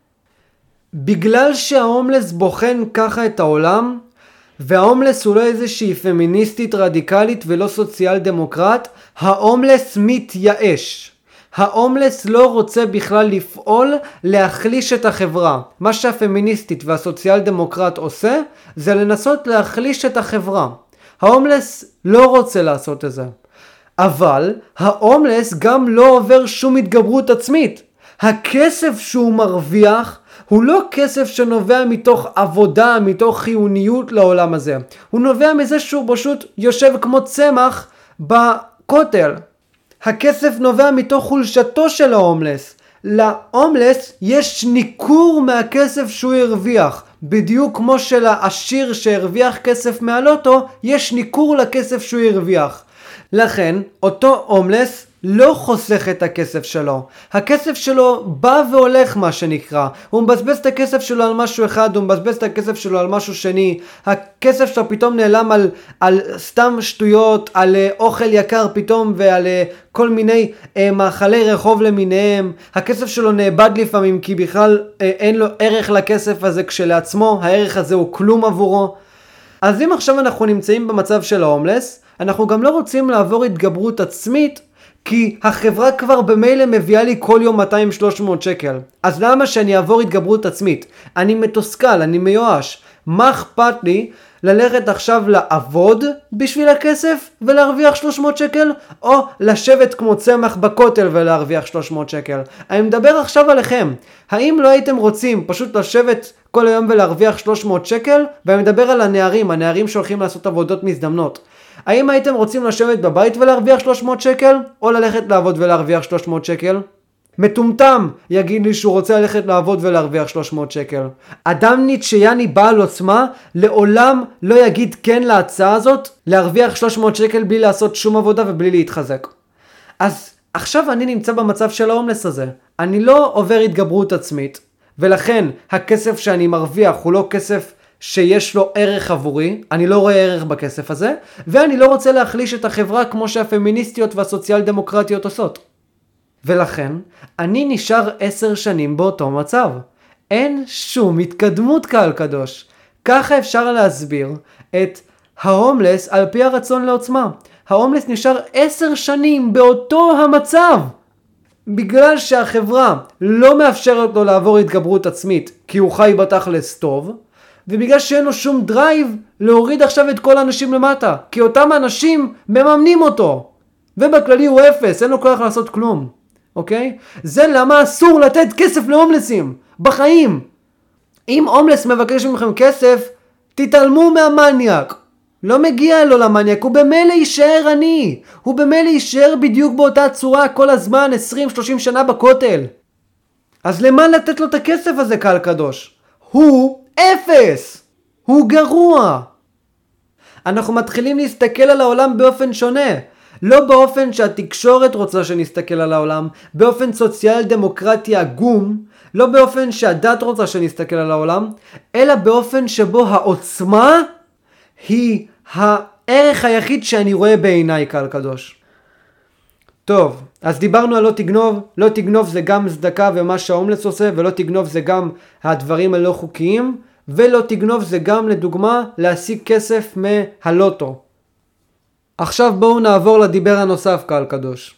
בגלל שההומלס בוחן ככה את העולם, וההומלס הוא לא איזושהי פמיניסטית רדיקלית ולא סוציאל דמוקרט, ההומלס מתייאש. ההומלס לא רוצה בכלל לפעול להחליש את החברה. מה שהפמיניסטית והסוציאל דמוקרט עושה, זה לנסות להחליש את החברה. ההומלס לא רוצה לעשות את זה. אבל ההומלס גם לא עובר שום התגברות עצמית. הכסף שהוא מרוויח הוא לא כסף שנובע מתוך עבודה, מתוך חיוניות לעולם הזה. הוא נובע מזה שהוא פשוט יושב כמו צמח בכותל. הכסף נובע מתוך חולשתו של ההומלס. להומלס יש ניכור מהכסף שהוא הרוויח. בדיוק כמו שלעשיר שהרוויח כסף מהלוטו, יש ניכור לכסף שהוא הרוויח. לכן, אותו הומלס לא חוסך את הכסף שלו. הכסף שלו בא והולך, מה שנקרא. הוא מבזבז את הכסף שלו על משהו אחד, הוא מבזבז את הכסף שלו על משהו שני. הכסף שלו פתאום נעלם על, על סתם שטויות, על uh, אוכל יקר פתאום ועל uh, כל מיני uh, מאכלי רחוב למיניהם. הכסף שלו נאבד לפעמים כי בכלל uh, אין לו ערך לכסף הזה כשלעצמו. הערך הזה הוא כלום עבורו. אז אם עכשיו אנחנו נמצאים במצב של ההומלס, אנחנו גם לא רוצים לעבור התגברות עצמית, כי החברה כבר במילא מביאה לי כל יום מאתיים שלוש מאות שקל. אז למה שאני אעבור התגברות עצמית? אני מתוסכל, אני מיואש. מה אכפת לי ללכת עכשיו לעבוד בשביל הכסף ולהרוויח שלוש מאות שקל, או לשבת כמו צמח בכותל ולהרוויח שלוש מאות שקל? אני מדבר עכשיו עליכם. האם לא הייתם רוצים פשוט לשבת כל היום ולהרוויח שלוש מאות שקל? ואני מדבר על הנערים, הנערים שהולכים לעשות עבודות מזדמנות. האם הייתם רוצים לשבת בבית ולהרוויח שלוש מאות שקל, או ללכת לעבוד ולהרוויח שלוש מאות שקל? מטומטם יגיד לי שהוא רוצה ללכת לעבוד ולהרוויח שלוש מאות שקל. אדם ניטשיאני בעל עוצמה לעולם לא יגיד כן להצעה הזאת להרוויח שלוש מאות שקל בלי לעשות שום עבודה ובלי להתחזק. אז עכשיו אני נמצא במצב של ההומלס הזה. אני לא עובר התגברות עצמית, ולכן הכסף שאני מרוויח הוא לא כסף שיש לו ערך עבורי, אני לא רואה ערך בכסף הזה, ואני לא רוצה להחליש את החברה כמו שהפמיניסטיות והסוציאל דמוקרטיות עושות. ולכן אני נשאר עשר שנים באותו מצב. אין שום התקדמות, קהל קדוש. ככה אפשר להסביר את ההומלס על פי הרצון לעוצמה. ההומלס נשאר עשר שנים באותו המצב. בגלל שהחברה לא מאפשרת לו לעבור התגברות עצמית כי הוא חי בתכלס טוב, ובגלל שאין לו שום דרייב להוריד עכשיו את כל האנשים למטה, כי אותם האנשים מממנים אותו. ובכללי הוא אפס, אין לו כוח לעשות כלום. אוקיי? זה למה אסור לתת כסף להומלסים בחיים. אם הומלס מבקש מכם כסף, תתעלמו מהמניאק. לא מגיע לו למניאק, הוא במילא יישאר עני. הוא במילא יישאר בדיוק באותה צורה כל הזמן, עשרים שלושים שנה בכותל. אז למה לתת לו את הכסף הזה, קהל קדוש? הוא אפס. הוא גרוע. אנחנו מתחילים להסתכל על העולם באופן שונה. לא באופן שהתקשורת רוצה שנסתכל על העולם, באופן סוציאל דמוקרטי עגום, לא באופן שהדת רוצה שנסתכל על העולם, אלא באופן שבו העוצמה היא הערך היחיד שאני רואה בעיניי, קהל קדוש. טוב, אז דיברנו על לא תגנוב. לא תגנוב זה גם צדקה ומה שההומלס עושה, ולא תגנוב זה גם הדברים הלא חוקיים, ולא תגנוב זה גם לדוגמה להשיג כסף מהלוטו. עכשיו בואו נעבור לדיבר הנוסף, קהל קדוש.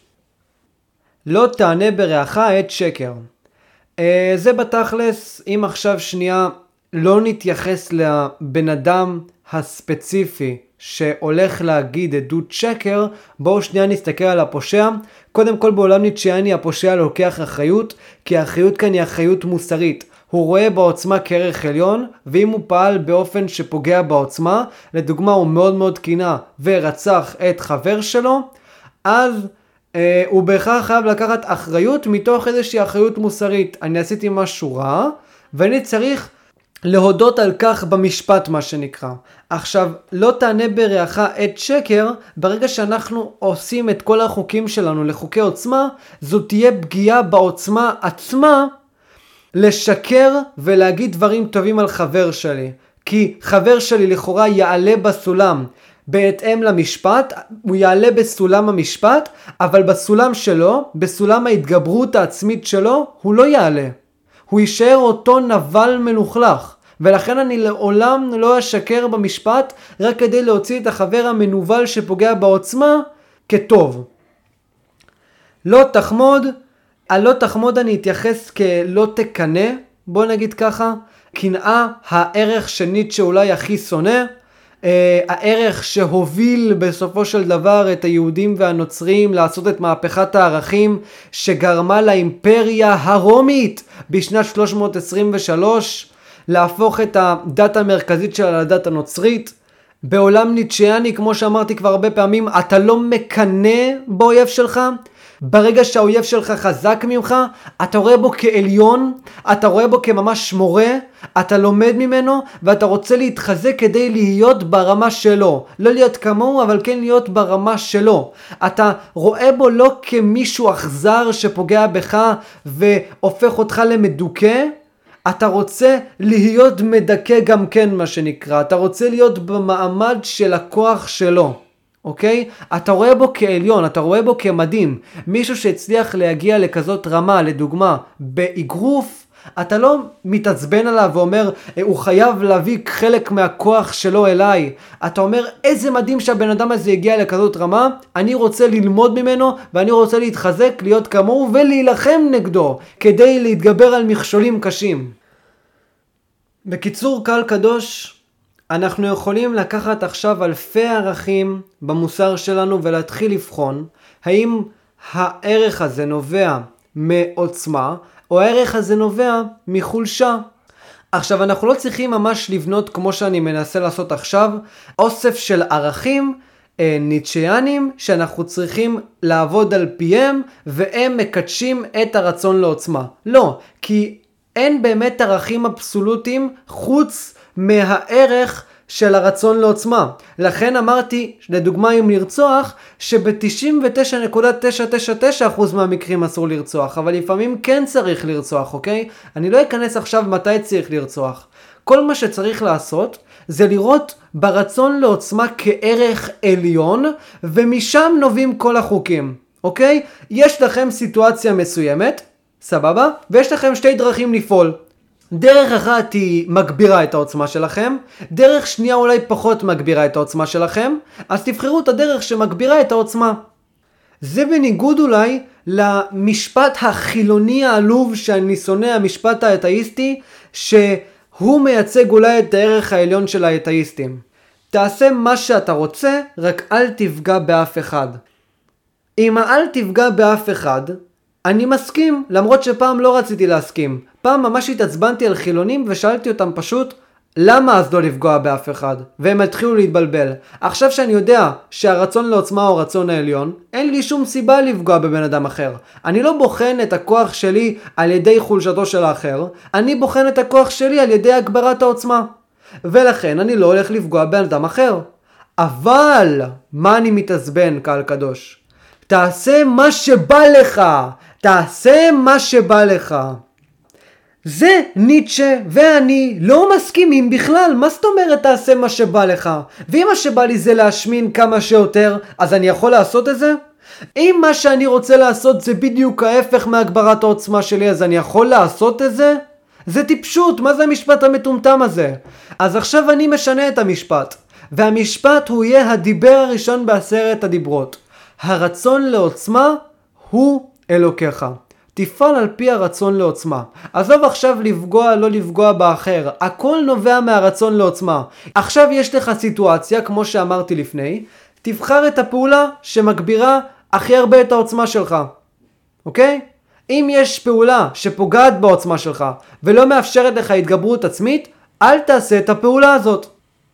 לא תענה ברעך את שקר. אה, זה בתכלס, אם עכשיו שנייה לא נתייחס לבן אדם הספציפי שהולך להגיד עדות שקר, בואו שנייה נסתכל על הפושע. קודם כל בעולם ניטשיאני הפושע לוקח אחריות, כי האחריות כאן היא אחריות מוסרית. הוא רואה בעוצמה כערך עליון, ואם הוא פעל באופן שפוגע בעוצמה, לדוגמה הוא מאוד מאוד קינה ורצח את חבר שלו, אז אה, הוא בהכרח חייב לקחת אחריות מתוך איזושהי אחריות מוסרית. אני עשיתי משהו רע, ואני צריך להודות על כך במשפט, מה שנקרא. עכשיו, לא תענה ברעך את שקר, ברגע שאנחנו עושים את כל החוקים שלנו לחוקי עוצמה, זו תהיה פגיעה בעוצמה עצמה, לשקר ולהגיד דברים טובים על חבר שלי. כי חבר שלי לכאורה יעלה בסולם בהתאם למשפט, הוא יעלה בסולם המשפט, אבל בסולם שלו, בסולם ההתגברות העצמית שלו, הוא לא יעלה. הוא יישאר אותו נבל מלוכלך. ולכן אני לעולם לא אשקר במשפט רק כדי להוציא את החבר המנוול שפוגע בעוצמה כטוב. לא תחמוד. על לא תחמוד אני אתייחס כלא תקנה, בוא נגיד ככה. קנאה, הערך שניטשה אולי הכי שונא, אה, הערך שהוביל בסופו של דבר את היהודים והנוצרים לעשות את מהפכת הערכים שגרמה לאימפריה הרומית בשנת שלוש מאות עשרים ושלוש להפוך את הדת המרכזית שלה לדת הנוצרית. בעולם ניטשיאני, כמו שאמרתי כבר הרבה פעמים, אתה לא מקנא באויב שלך. ברגע שהאויב שלך חזק ממך, אתה רואה בו כעליון, אתה רואה בו כממש מורה, אתה לומד ממנו, ואתה רוצה להתחזק כדי להיות ברמה שלו. לא להיות כמוהו, אבל כן להיות ברמה שלו. אתה רואה בו לא כמישהו אכזר שפוגע בך והופך אותך למדוכא, אתה רוצה להיות מדכא גם כן, מה שנקרא. אתה רוצה להיות במעמד של הכוח שלו. אוקיי? אתה רואה בו כעליון, אתה רואה בו כמדהים. מישהו שהצליח להגיע לכזאת רמה, לדוגמה, באגרוף, אתה לא מתעצבן עליו ואומר, הוא חייב להביא חלק מהכוח שלו אליי. אתה אומר, איזה מדהים שהבן אדם הזה הגיע לכזאת רמה, אני רוצה ללמוד ממנו, ואני רוצה להתחזק, להיות כמוהו, ולהילחם נגדו, כדי להתגבר על מכשולים קשים. בקיצור, קהל קדוש, אנחנו יכולים לקחת עכשיו אלפי ערכים במוסר שלנו ולהתחיל לבחון האם הערך הזה נובע מעוצמה או הערך הזה נובע מחולשה. עכשיו אנחנו לא צריכים ממש לבנות כמו שאני מנסה לעשות עכשיו אוסף של ערכים אה, ניטשיאנים שאנחנו צריכים לעבוד על פיהם והם מקדשים את הרצון לעוצמה. לא, כי אין באמת ערכים אבסולוטיים חוץ מהערך של הרצון לעוצמה. לכן אמרתי, לדוגמה אם לרצוח, שב-תשעים ותשע נקודה תשע תשע תשע אחוז מהמקרים אסור לרצוח, אבל לפעמים כן צריך לרצוח, אוקיי? אני לא אכנס עכשיו מתי צריך לרצוח. כל מה שצריך לעשות זה לראות ברצון לעוצמה כערך עליון, ומשם נובעים כל החוקים, אוקיי? יש לכם סיטואציה מסוימת, סבבה? ויש לכם שתי דרכים לפעול. דרך אחת היא מגבירה את העוצמה שלכם, דרך שנייה אולי פחות מגבירה את העוצמה שלכם, אז תבחרו את הדרך שמגבירה את העוצמה. זה בניגוד אולי למשפט החילוני העלוב שאני שונא, המשפט האתאיסטי, שהוא מייצג אולי את הערך העליון של האתאיסטים. תעשה מה שאתה רוצה, רק אל תפגע באף אחד. אם אל תפגע באף אחד, אני מסכים, למרות שפעם לא רציתי להסכים. פעם ממש התעצבנתי על חילונים ושאלתי אותם פשוט, למה אז לא לפגוע באף אחד? והם התחילו להתבלבל. עכשיו שאני יודע שהרצון לעוצמה הוא הרצון העליון, אין לי שום סיבה לפגוע בבן אדם אחר. אני לא בוחן את הכוח שלי על ידי חולשתו של האחר, אני בוחן את הכוח שלי על ידי הגברת העוצמה. ולכן אני לא הולך לפגוע בבן אדם אחר. אבל, מה אני מתעצבן, קהל קדוש? תעשה מה שבא לך, תעשה מה שבא לך. זה ניטשה ואני לא מסכימים בכלל. מה זאת אומרת תעשה מה שבא לך? ואם מה שבא לי זה להשמין כמה שיותר, אז אני יכול לעשות את זה? אם מה שאני רוצה לעשות זה בדיוק ההפך מהגברת העוצמה שלי, אז אני יכול לעשות את זה? זה טיפשות, מה זה המשפט המטומטם הזה? אז עכשיו אני משנה את המשפט, והמשפט הוא יהיה הדיבר הראשון בעשרת הדיברות. הרצון לעוצמה הוא אלוקיך. תפעל על פי הרצון לעוצמה. עזוב עכשיו לפגוע, לא לפגוע באחר. הכל נובע מהרצון לעוצמה. עכשיו יש לך סיטואציה, כמו שאמרתי לפני, תבחר את הפעולה שמגבירה הכי הרבה את העוצמה שלך. אוקיי? אם יש פעולה שפוגעת בעוצמה שלך, ולא מאפשרת לך התגברות עצמית, אל תעשה את הפעולה הזאת.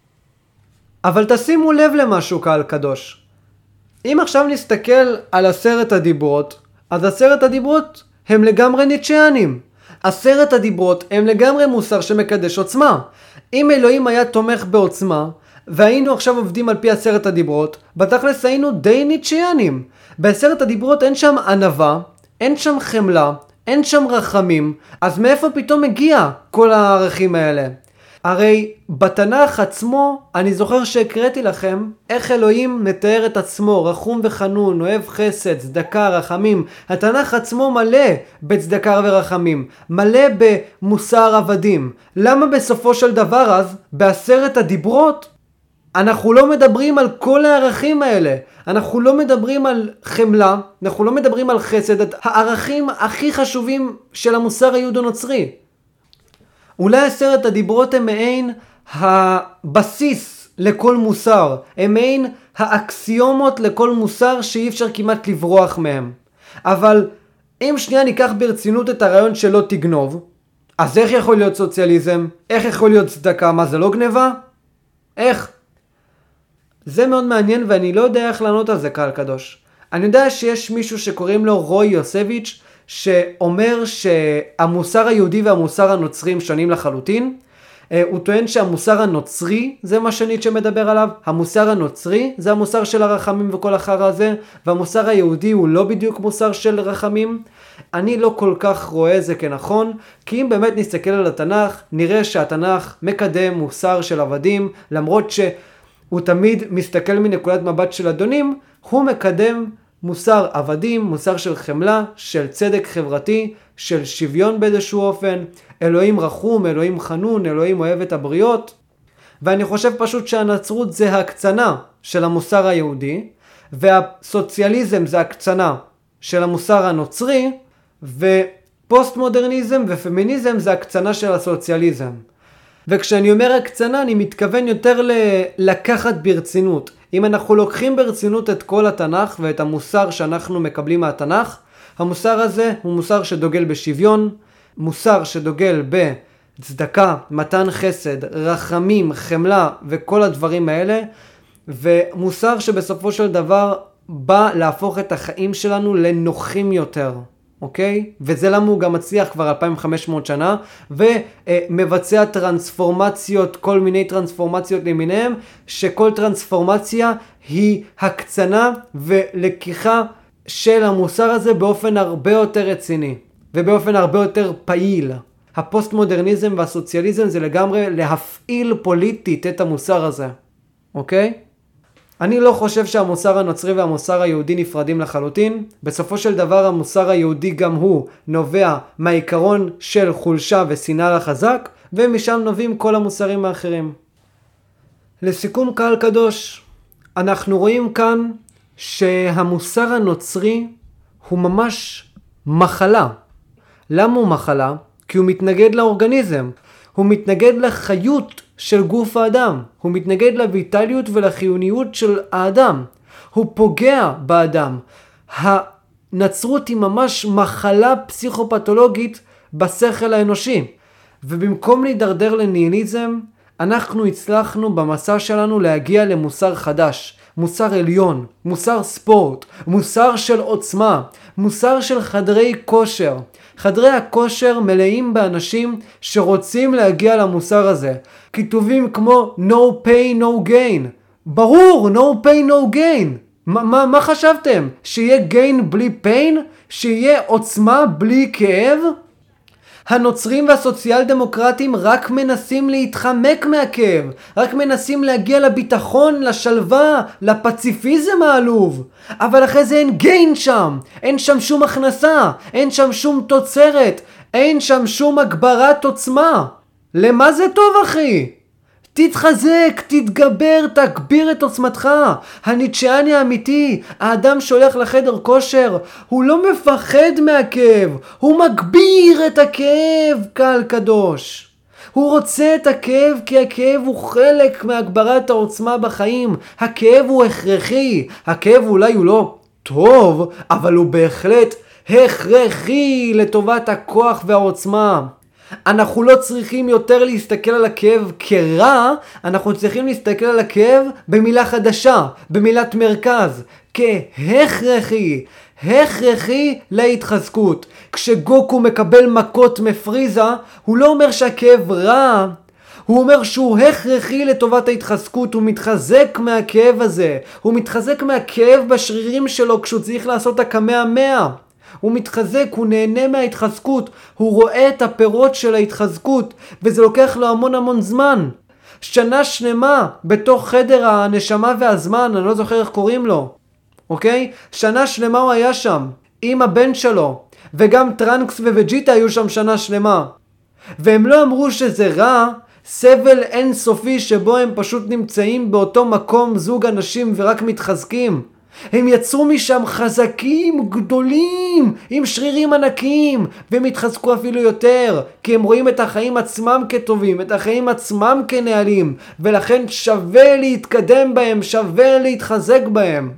אבל תשימו לב למשהו, קהל קדוש. אם עכשיו נסתכל על עשרת הדיברות, אז עשרת הדיברות הם לגמרי ניטשיאנים. עשרת הדיברות הם לגמרי מוסר שמקדש עוצמה. אם אלוהים היה תומך בעוצמה, והיינו עכשיו עובדים על פי עשרת הדיברות, בתכלס היינו די ניטשיאנים. בעשרת הדיברות אין שם ענווה, אין שם חמלה, אין שם רחמים, אז מאיפה פתאום מגיע כל הערכים האלה? הרי בתנ"ך עצמו, אני זוכר שהקראתי לכם איך אלוהים מתאר את עצמו, רחום וחנון, אוהב חסד, צדקה, רחמים. התנ"ך עצמו מלא בצדקה ורחמים, מלא במוסר עבדים. למה בסופו של דבר אז, בעשרת הדיברות, אנחנו לא מדברים על כל הערכים האלה? אנחנו לא מדברים על חמלה, אנחנו לא מדברים על חסד, הערכים הכי חשובים של המוסר היהודו-נוצרי. אולי עשרת הדיברות הם מעין הבסיס לכל מוסר, הם מעין האקסיומות לכל מוסר שאי אפשר כמעט לברוח מהם. אבל אם שנייה ניקח ברצינות את הרעיון שלא תגנוב, אז איך יכול להיות סוציאליזם? איך יכול להיות צדקה? מה, זה לא גניבה? איך? זה מאוד מעניין ואני לא יודע איך לענות על זה, קהל קדוש. אני יודע שיש מישהו שקוראים לו רוי יוסביץ' שאומר שהמוסר היהודי והמוסר הנוצרים שונים לחלוטין. הוא טוען שהמוסר הנוצרי זה מה שניטשה מדבר עליו. המוסר הנוצרי זה המוסר של הרחמים וכל החרא הזה, והמוסר היהודי הוא לא בדיוק מוסר של רחמים. אני לא כל כך רואה זה כנכון, כי אם באמת נסתכל על התנ"ך, נראה שהתנ"ך מקדם מוסר של עבדים, למרות שהוא תמיד מסתכל מנקודת מבט של אדונים, הוא מקדם מוסר עבדים, מוסר של חמלה, של צדק חברתי, של שוויון באיזשהו אופן, אלוהים רחום, אלוהים חנון, אלוהים אוהב את הבריות. ואני חושב פשוט שהנצרות זה הקצנה של המוסר היהודי, והסוציאליזם זה הקצנה של המוסר הנוצרי, ופוסט מודרניזם ופמיניזם זה הקצנה של הסוציאליזם. וכשאני אומר הקצנה, אני מתכוון יותר ל- לקחת ברצינות. אם אנחנו לוקחים ברצינות את כל התנ"ך ואת המוסר שאנחנו מקבלים מהתנ"ך, המוסר הזה הוא מוסר שדוגל בשוויון, מוסר שדוגל בצדקה, מתן חסד, רחמים, חמלה וכל הדברים האלה, ומוסר שבסופו של דבר בא להפוך את החיים שלנו לנוחים יותר. אוקיי? וזה למה הוא גם מצליח כבר אלפיים וחמש מאות שנה, ומבצע טרנספורמציות, כל מיני טרנספורמציות למיניהם, שכל טרנספורמציה היא הקצנה ולקיחה של המוסר הזה באופן הרבה יותר רציני, ובאופן הרבה יותר פעיל. הפוסט-מודרניזם והסוציאליזם זה לגמרי להפעיל פוליטית את המוסר הזה. אוקיי? אני לא חושב שהמוסר הנוצרי והמוסר היהודי נפרדים לחלוטין. בסופו של דבר המוסר היהודי גם הוא נובע מהעיקרון של חולשה ושנאה לחזק, ומשם נובעים כל המוסרים האחרים. לסיכום קהל קדוש, אנחנו רואים כאן שהמוסר הנוצרי הוא ממש מחלה. למה הוא מחלה? כי הוא מתנגד לאורגניזם. הוא מתנגד לחיות של גוף האדם. הוא מתנגד לויטליות ולחיוניות של האדם. הוא פוגע באדם. הנצרות היא ממש מחלה פסיכופתולוגית בשכל האנושי. ובמקום להידרדר לניהיליזם, אנחנו הצלחנו במסע שלנו להגיע למוסר חדש. מוסר עליון, מוסר ספורט, מוסר של עוצמה, מוסר של חדרי כושר. חדרי הכושר מלאים באנשים שרוצים להגיע למוסר הזה. כיתובים כמו no pain no gain. ברור, no pain no gain. מה, מה, מה חשבתם? שיהיה gain בלי pain? שיהיה עוצמה בלי כאב? הנוצרים והסוציאל דמוקרטים רק מנסים להתחמק מהכאב, רק מנסים להגיע לביטחון, לשלווה, לפציפיזם העלוב. אבל אחרי זה אין גיין שם, אין שם שום הכנסה, אין שם שום תוצרת, אין שם שום הגברת עוצמה. למה זה טוב אחי? תתחזק, תתגבר, תגביר את עוצמתך. הניטשיאני האמיתי, האדם שהולך לחדר כושר, הוא לא מפחד מהכאב, הוא מגביר את הכאב, קהל קדוש. הוא רוצה את הכאב כי הכאב הוא חלק מהגברת העוצמה בחיים. הכאב הוא הכרחי, הכאב אולי הוא לא טוב, אבל הוא בהחלט הכרחי לטובת הכוח והעוצמה. אנחנו לא צריכים יותר להסתכל על הכאב כרע, אנחנו צריכים להסתכל על הכאב במילה חדשה, במילת מרכז, כהכרחי, הכרחי להתחזקות. כשגוקו מקבל מכות מפריזה, הוא לא אומר שהכאב רע, הוא אומר שהוא הכרחי לטובת ההתחזקות, הוא מתחזק מהכאב הזה, הוא מתחזק מהכאב בשרירים שלו כשהוא צריך לעשות הקמע מאה. הוא מתחזק, הוא נהנה מההתחזקות, הוא רואה את הפירות של ההתחזקות, וזה לוקח לו המון המון זמן. שנה שלמה בתוך חדר הנשמה והזמן, אני לא זוכר איך קוראים לו, אוקיי? שנה שלמה הוא היה שם, עם הבן שלו, וגם טרנקס וווג'יטה היו שם שנה שלמה. והם לא אמרו שזה רע, סבל אינסופי שבו הם פשוט נמצאים באותו מקום זוג אנשים ורק מתחזקים. הם יצאו משם חזקים, גדולים, עם שרירים ענקיים, והם התחזקו אפילו יותר, כי הם רואים את החיים עצמם כטובים, את החיים עצמם כנעלים, ולכן שווה להתקדם בהם, שווה להתחזק בהם.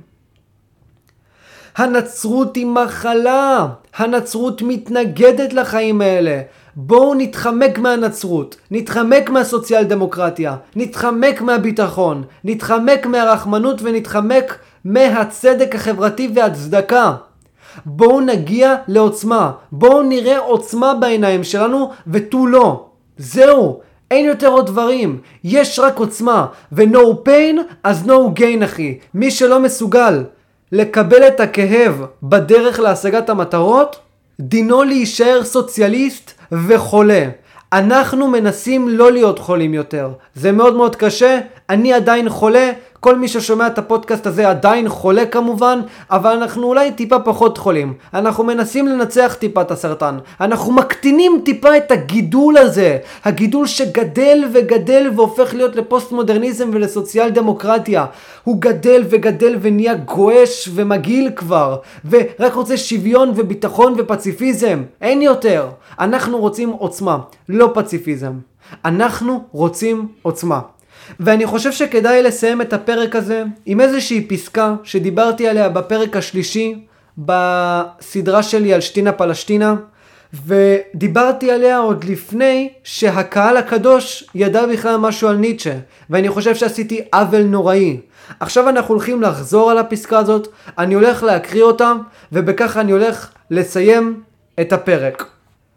הנצרות היא מחלה, הנצרות מתנגדת לחיים האלה. בואו נתחמק מהנצרות, נתחמק מהסוציאל דמוקרטיה, נתחמק מהביטחון, נתחמק מהרחמנות ונתחמק מהצדק החברתי והצדקה. בואו נגיע לעוצמה, בואו נראה עוצמה בעיניים שלנו ותו לא. זהו, אין יותר עוד דברים, יש רק עוצמה, ו-no pain אז no gain אחי. מי שלא מסוגל לקבל את הכאב בדרך להשגת המטרות, דינו להישאר סוציאליסט וחולה. אנחנו מנסים לא להיות חולים יותר. זה מאוד מאוד קשה, אני עדיין חולה, כל מי ששומע את הפודקאסט הזה עדיין חולה כמובן, אבל אנחנו אולי טיפה פחות חולים. אנחנו מנסים לנצח טיפה את הסרטן. אנחנו מקטינים טיפה את הגידול הזה. הגידול שגדל וגדל והופך להיות לפוסט מודרניזם ולסוציאל דמוקרטיה. הוא גדל וגדל ונהיה גועש ומגעיל כבר. ורק רוצה שוויון וביטחון ופציפיזם. אין יותר. אנחנו רוצים עוצמה, לא פציפיזם. אנחנו רוצים עוצמה. ואני חושב שכדאי לסיים את הפרק הזה עם איזושהי פסקה שדיברתי עליה בפרק השלישי בסדרה שלי על שתינה פלשתינה, ודיברתי עליה עוד לפני שהקהל הקדוש ידע בכלל משהו על ניטשה, ואני חושב שעשיתי עוול נוראי. עכשיו אנחנו הולכים לחזור על הפסקה הזאת, אני הולך להקריא אותה, ובכך אני הולך לסיים את הפרק.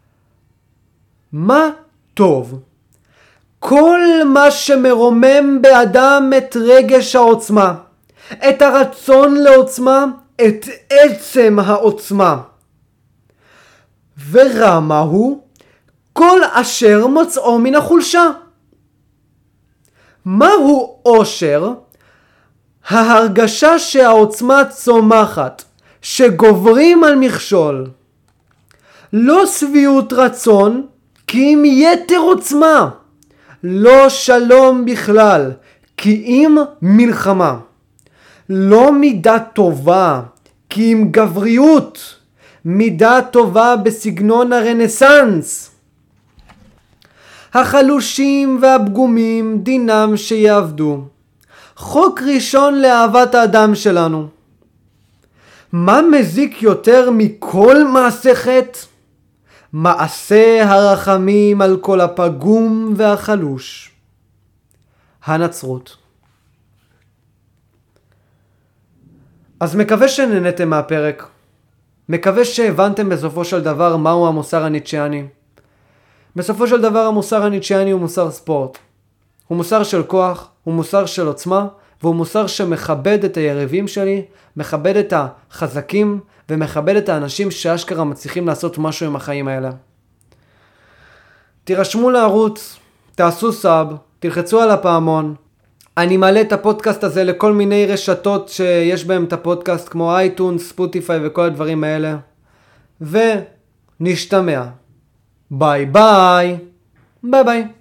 מה טוב? כל מה שמרומם באדם את רגש העוצמה, את הרצון לעוצמה, את עצם העוצמה. ורמה הוא כל אשר מוצאו מן החולשה. מהו עושר? ההרגשה שהעוצמה צומחת, שגוברים על מכשול. לא שביעות רצון, כי אם יתר עוצמה. לא שלום בכלל, כי אם מלחמה. לא מידה טובה, כי אם גבריות. מידה טובה בסגנון הרנסנס. החלושים והפגומים דינם שיעבדו. חוק ראשון לאהבת האדם שלנו. מה מזיק יותר מכל מעשה חטא? מעשה הרחמים על כל הפגום והחלוש. הנצרות. אז מקווה שנהנתם מהפרק. מקווה שהבנתם בסופו של דבר מהו המוסר הניטשיאני. בסופו של דבר המוסר הניטשיאני הוא מוסר ספורט. הוא מוסר של כוח, הוא מוסר של עוצמה, והוא מוסר שמכבד את היריבים שלי, מכבד את החזקים, ומכבד את האנשים שאשכרה מצליחים לעשות משהו עם החיים האלה. תירשמו לערוץ, תעשו סאב, תלחצו על הפעמון. אני מעלה את הפודקאסט הזה לכל מיני רשתות שיש בהם את הפודקאסט, כמו אייטונס, ספוטיפיי וכל הדברים האלה. ונשתמע. ביי ביי. ביי ביי.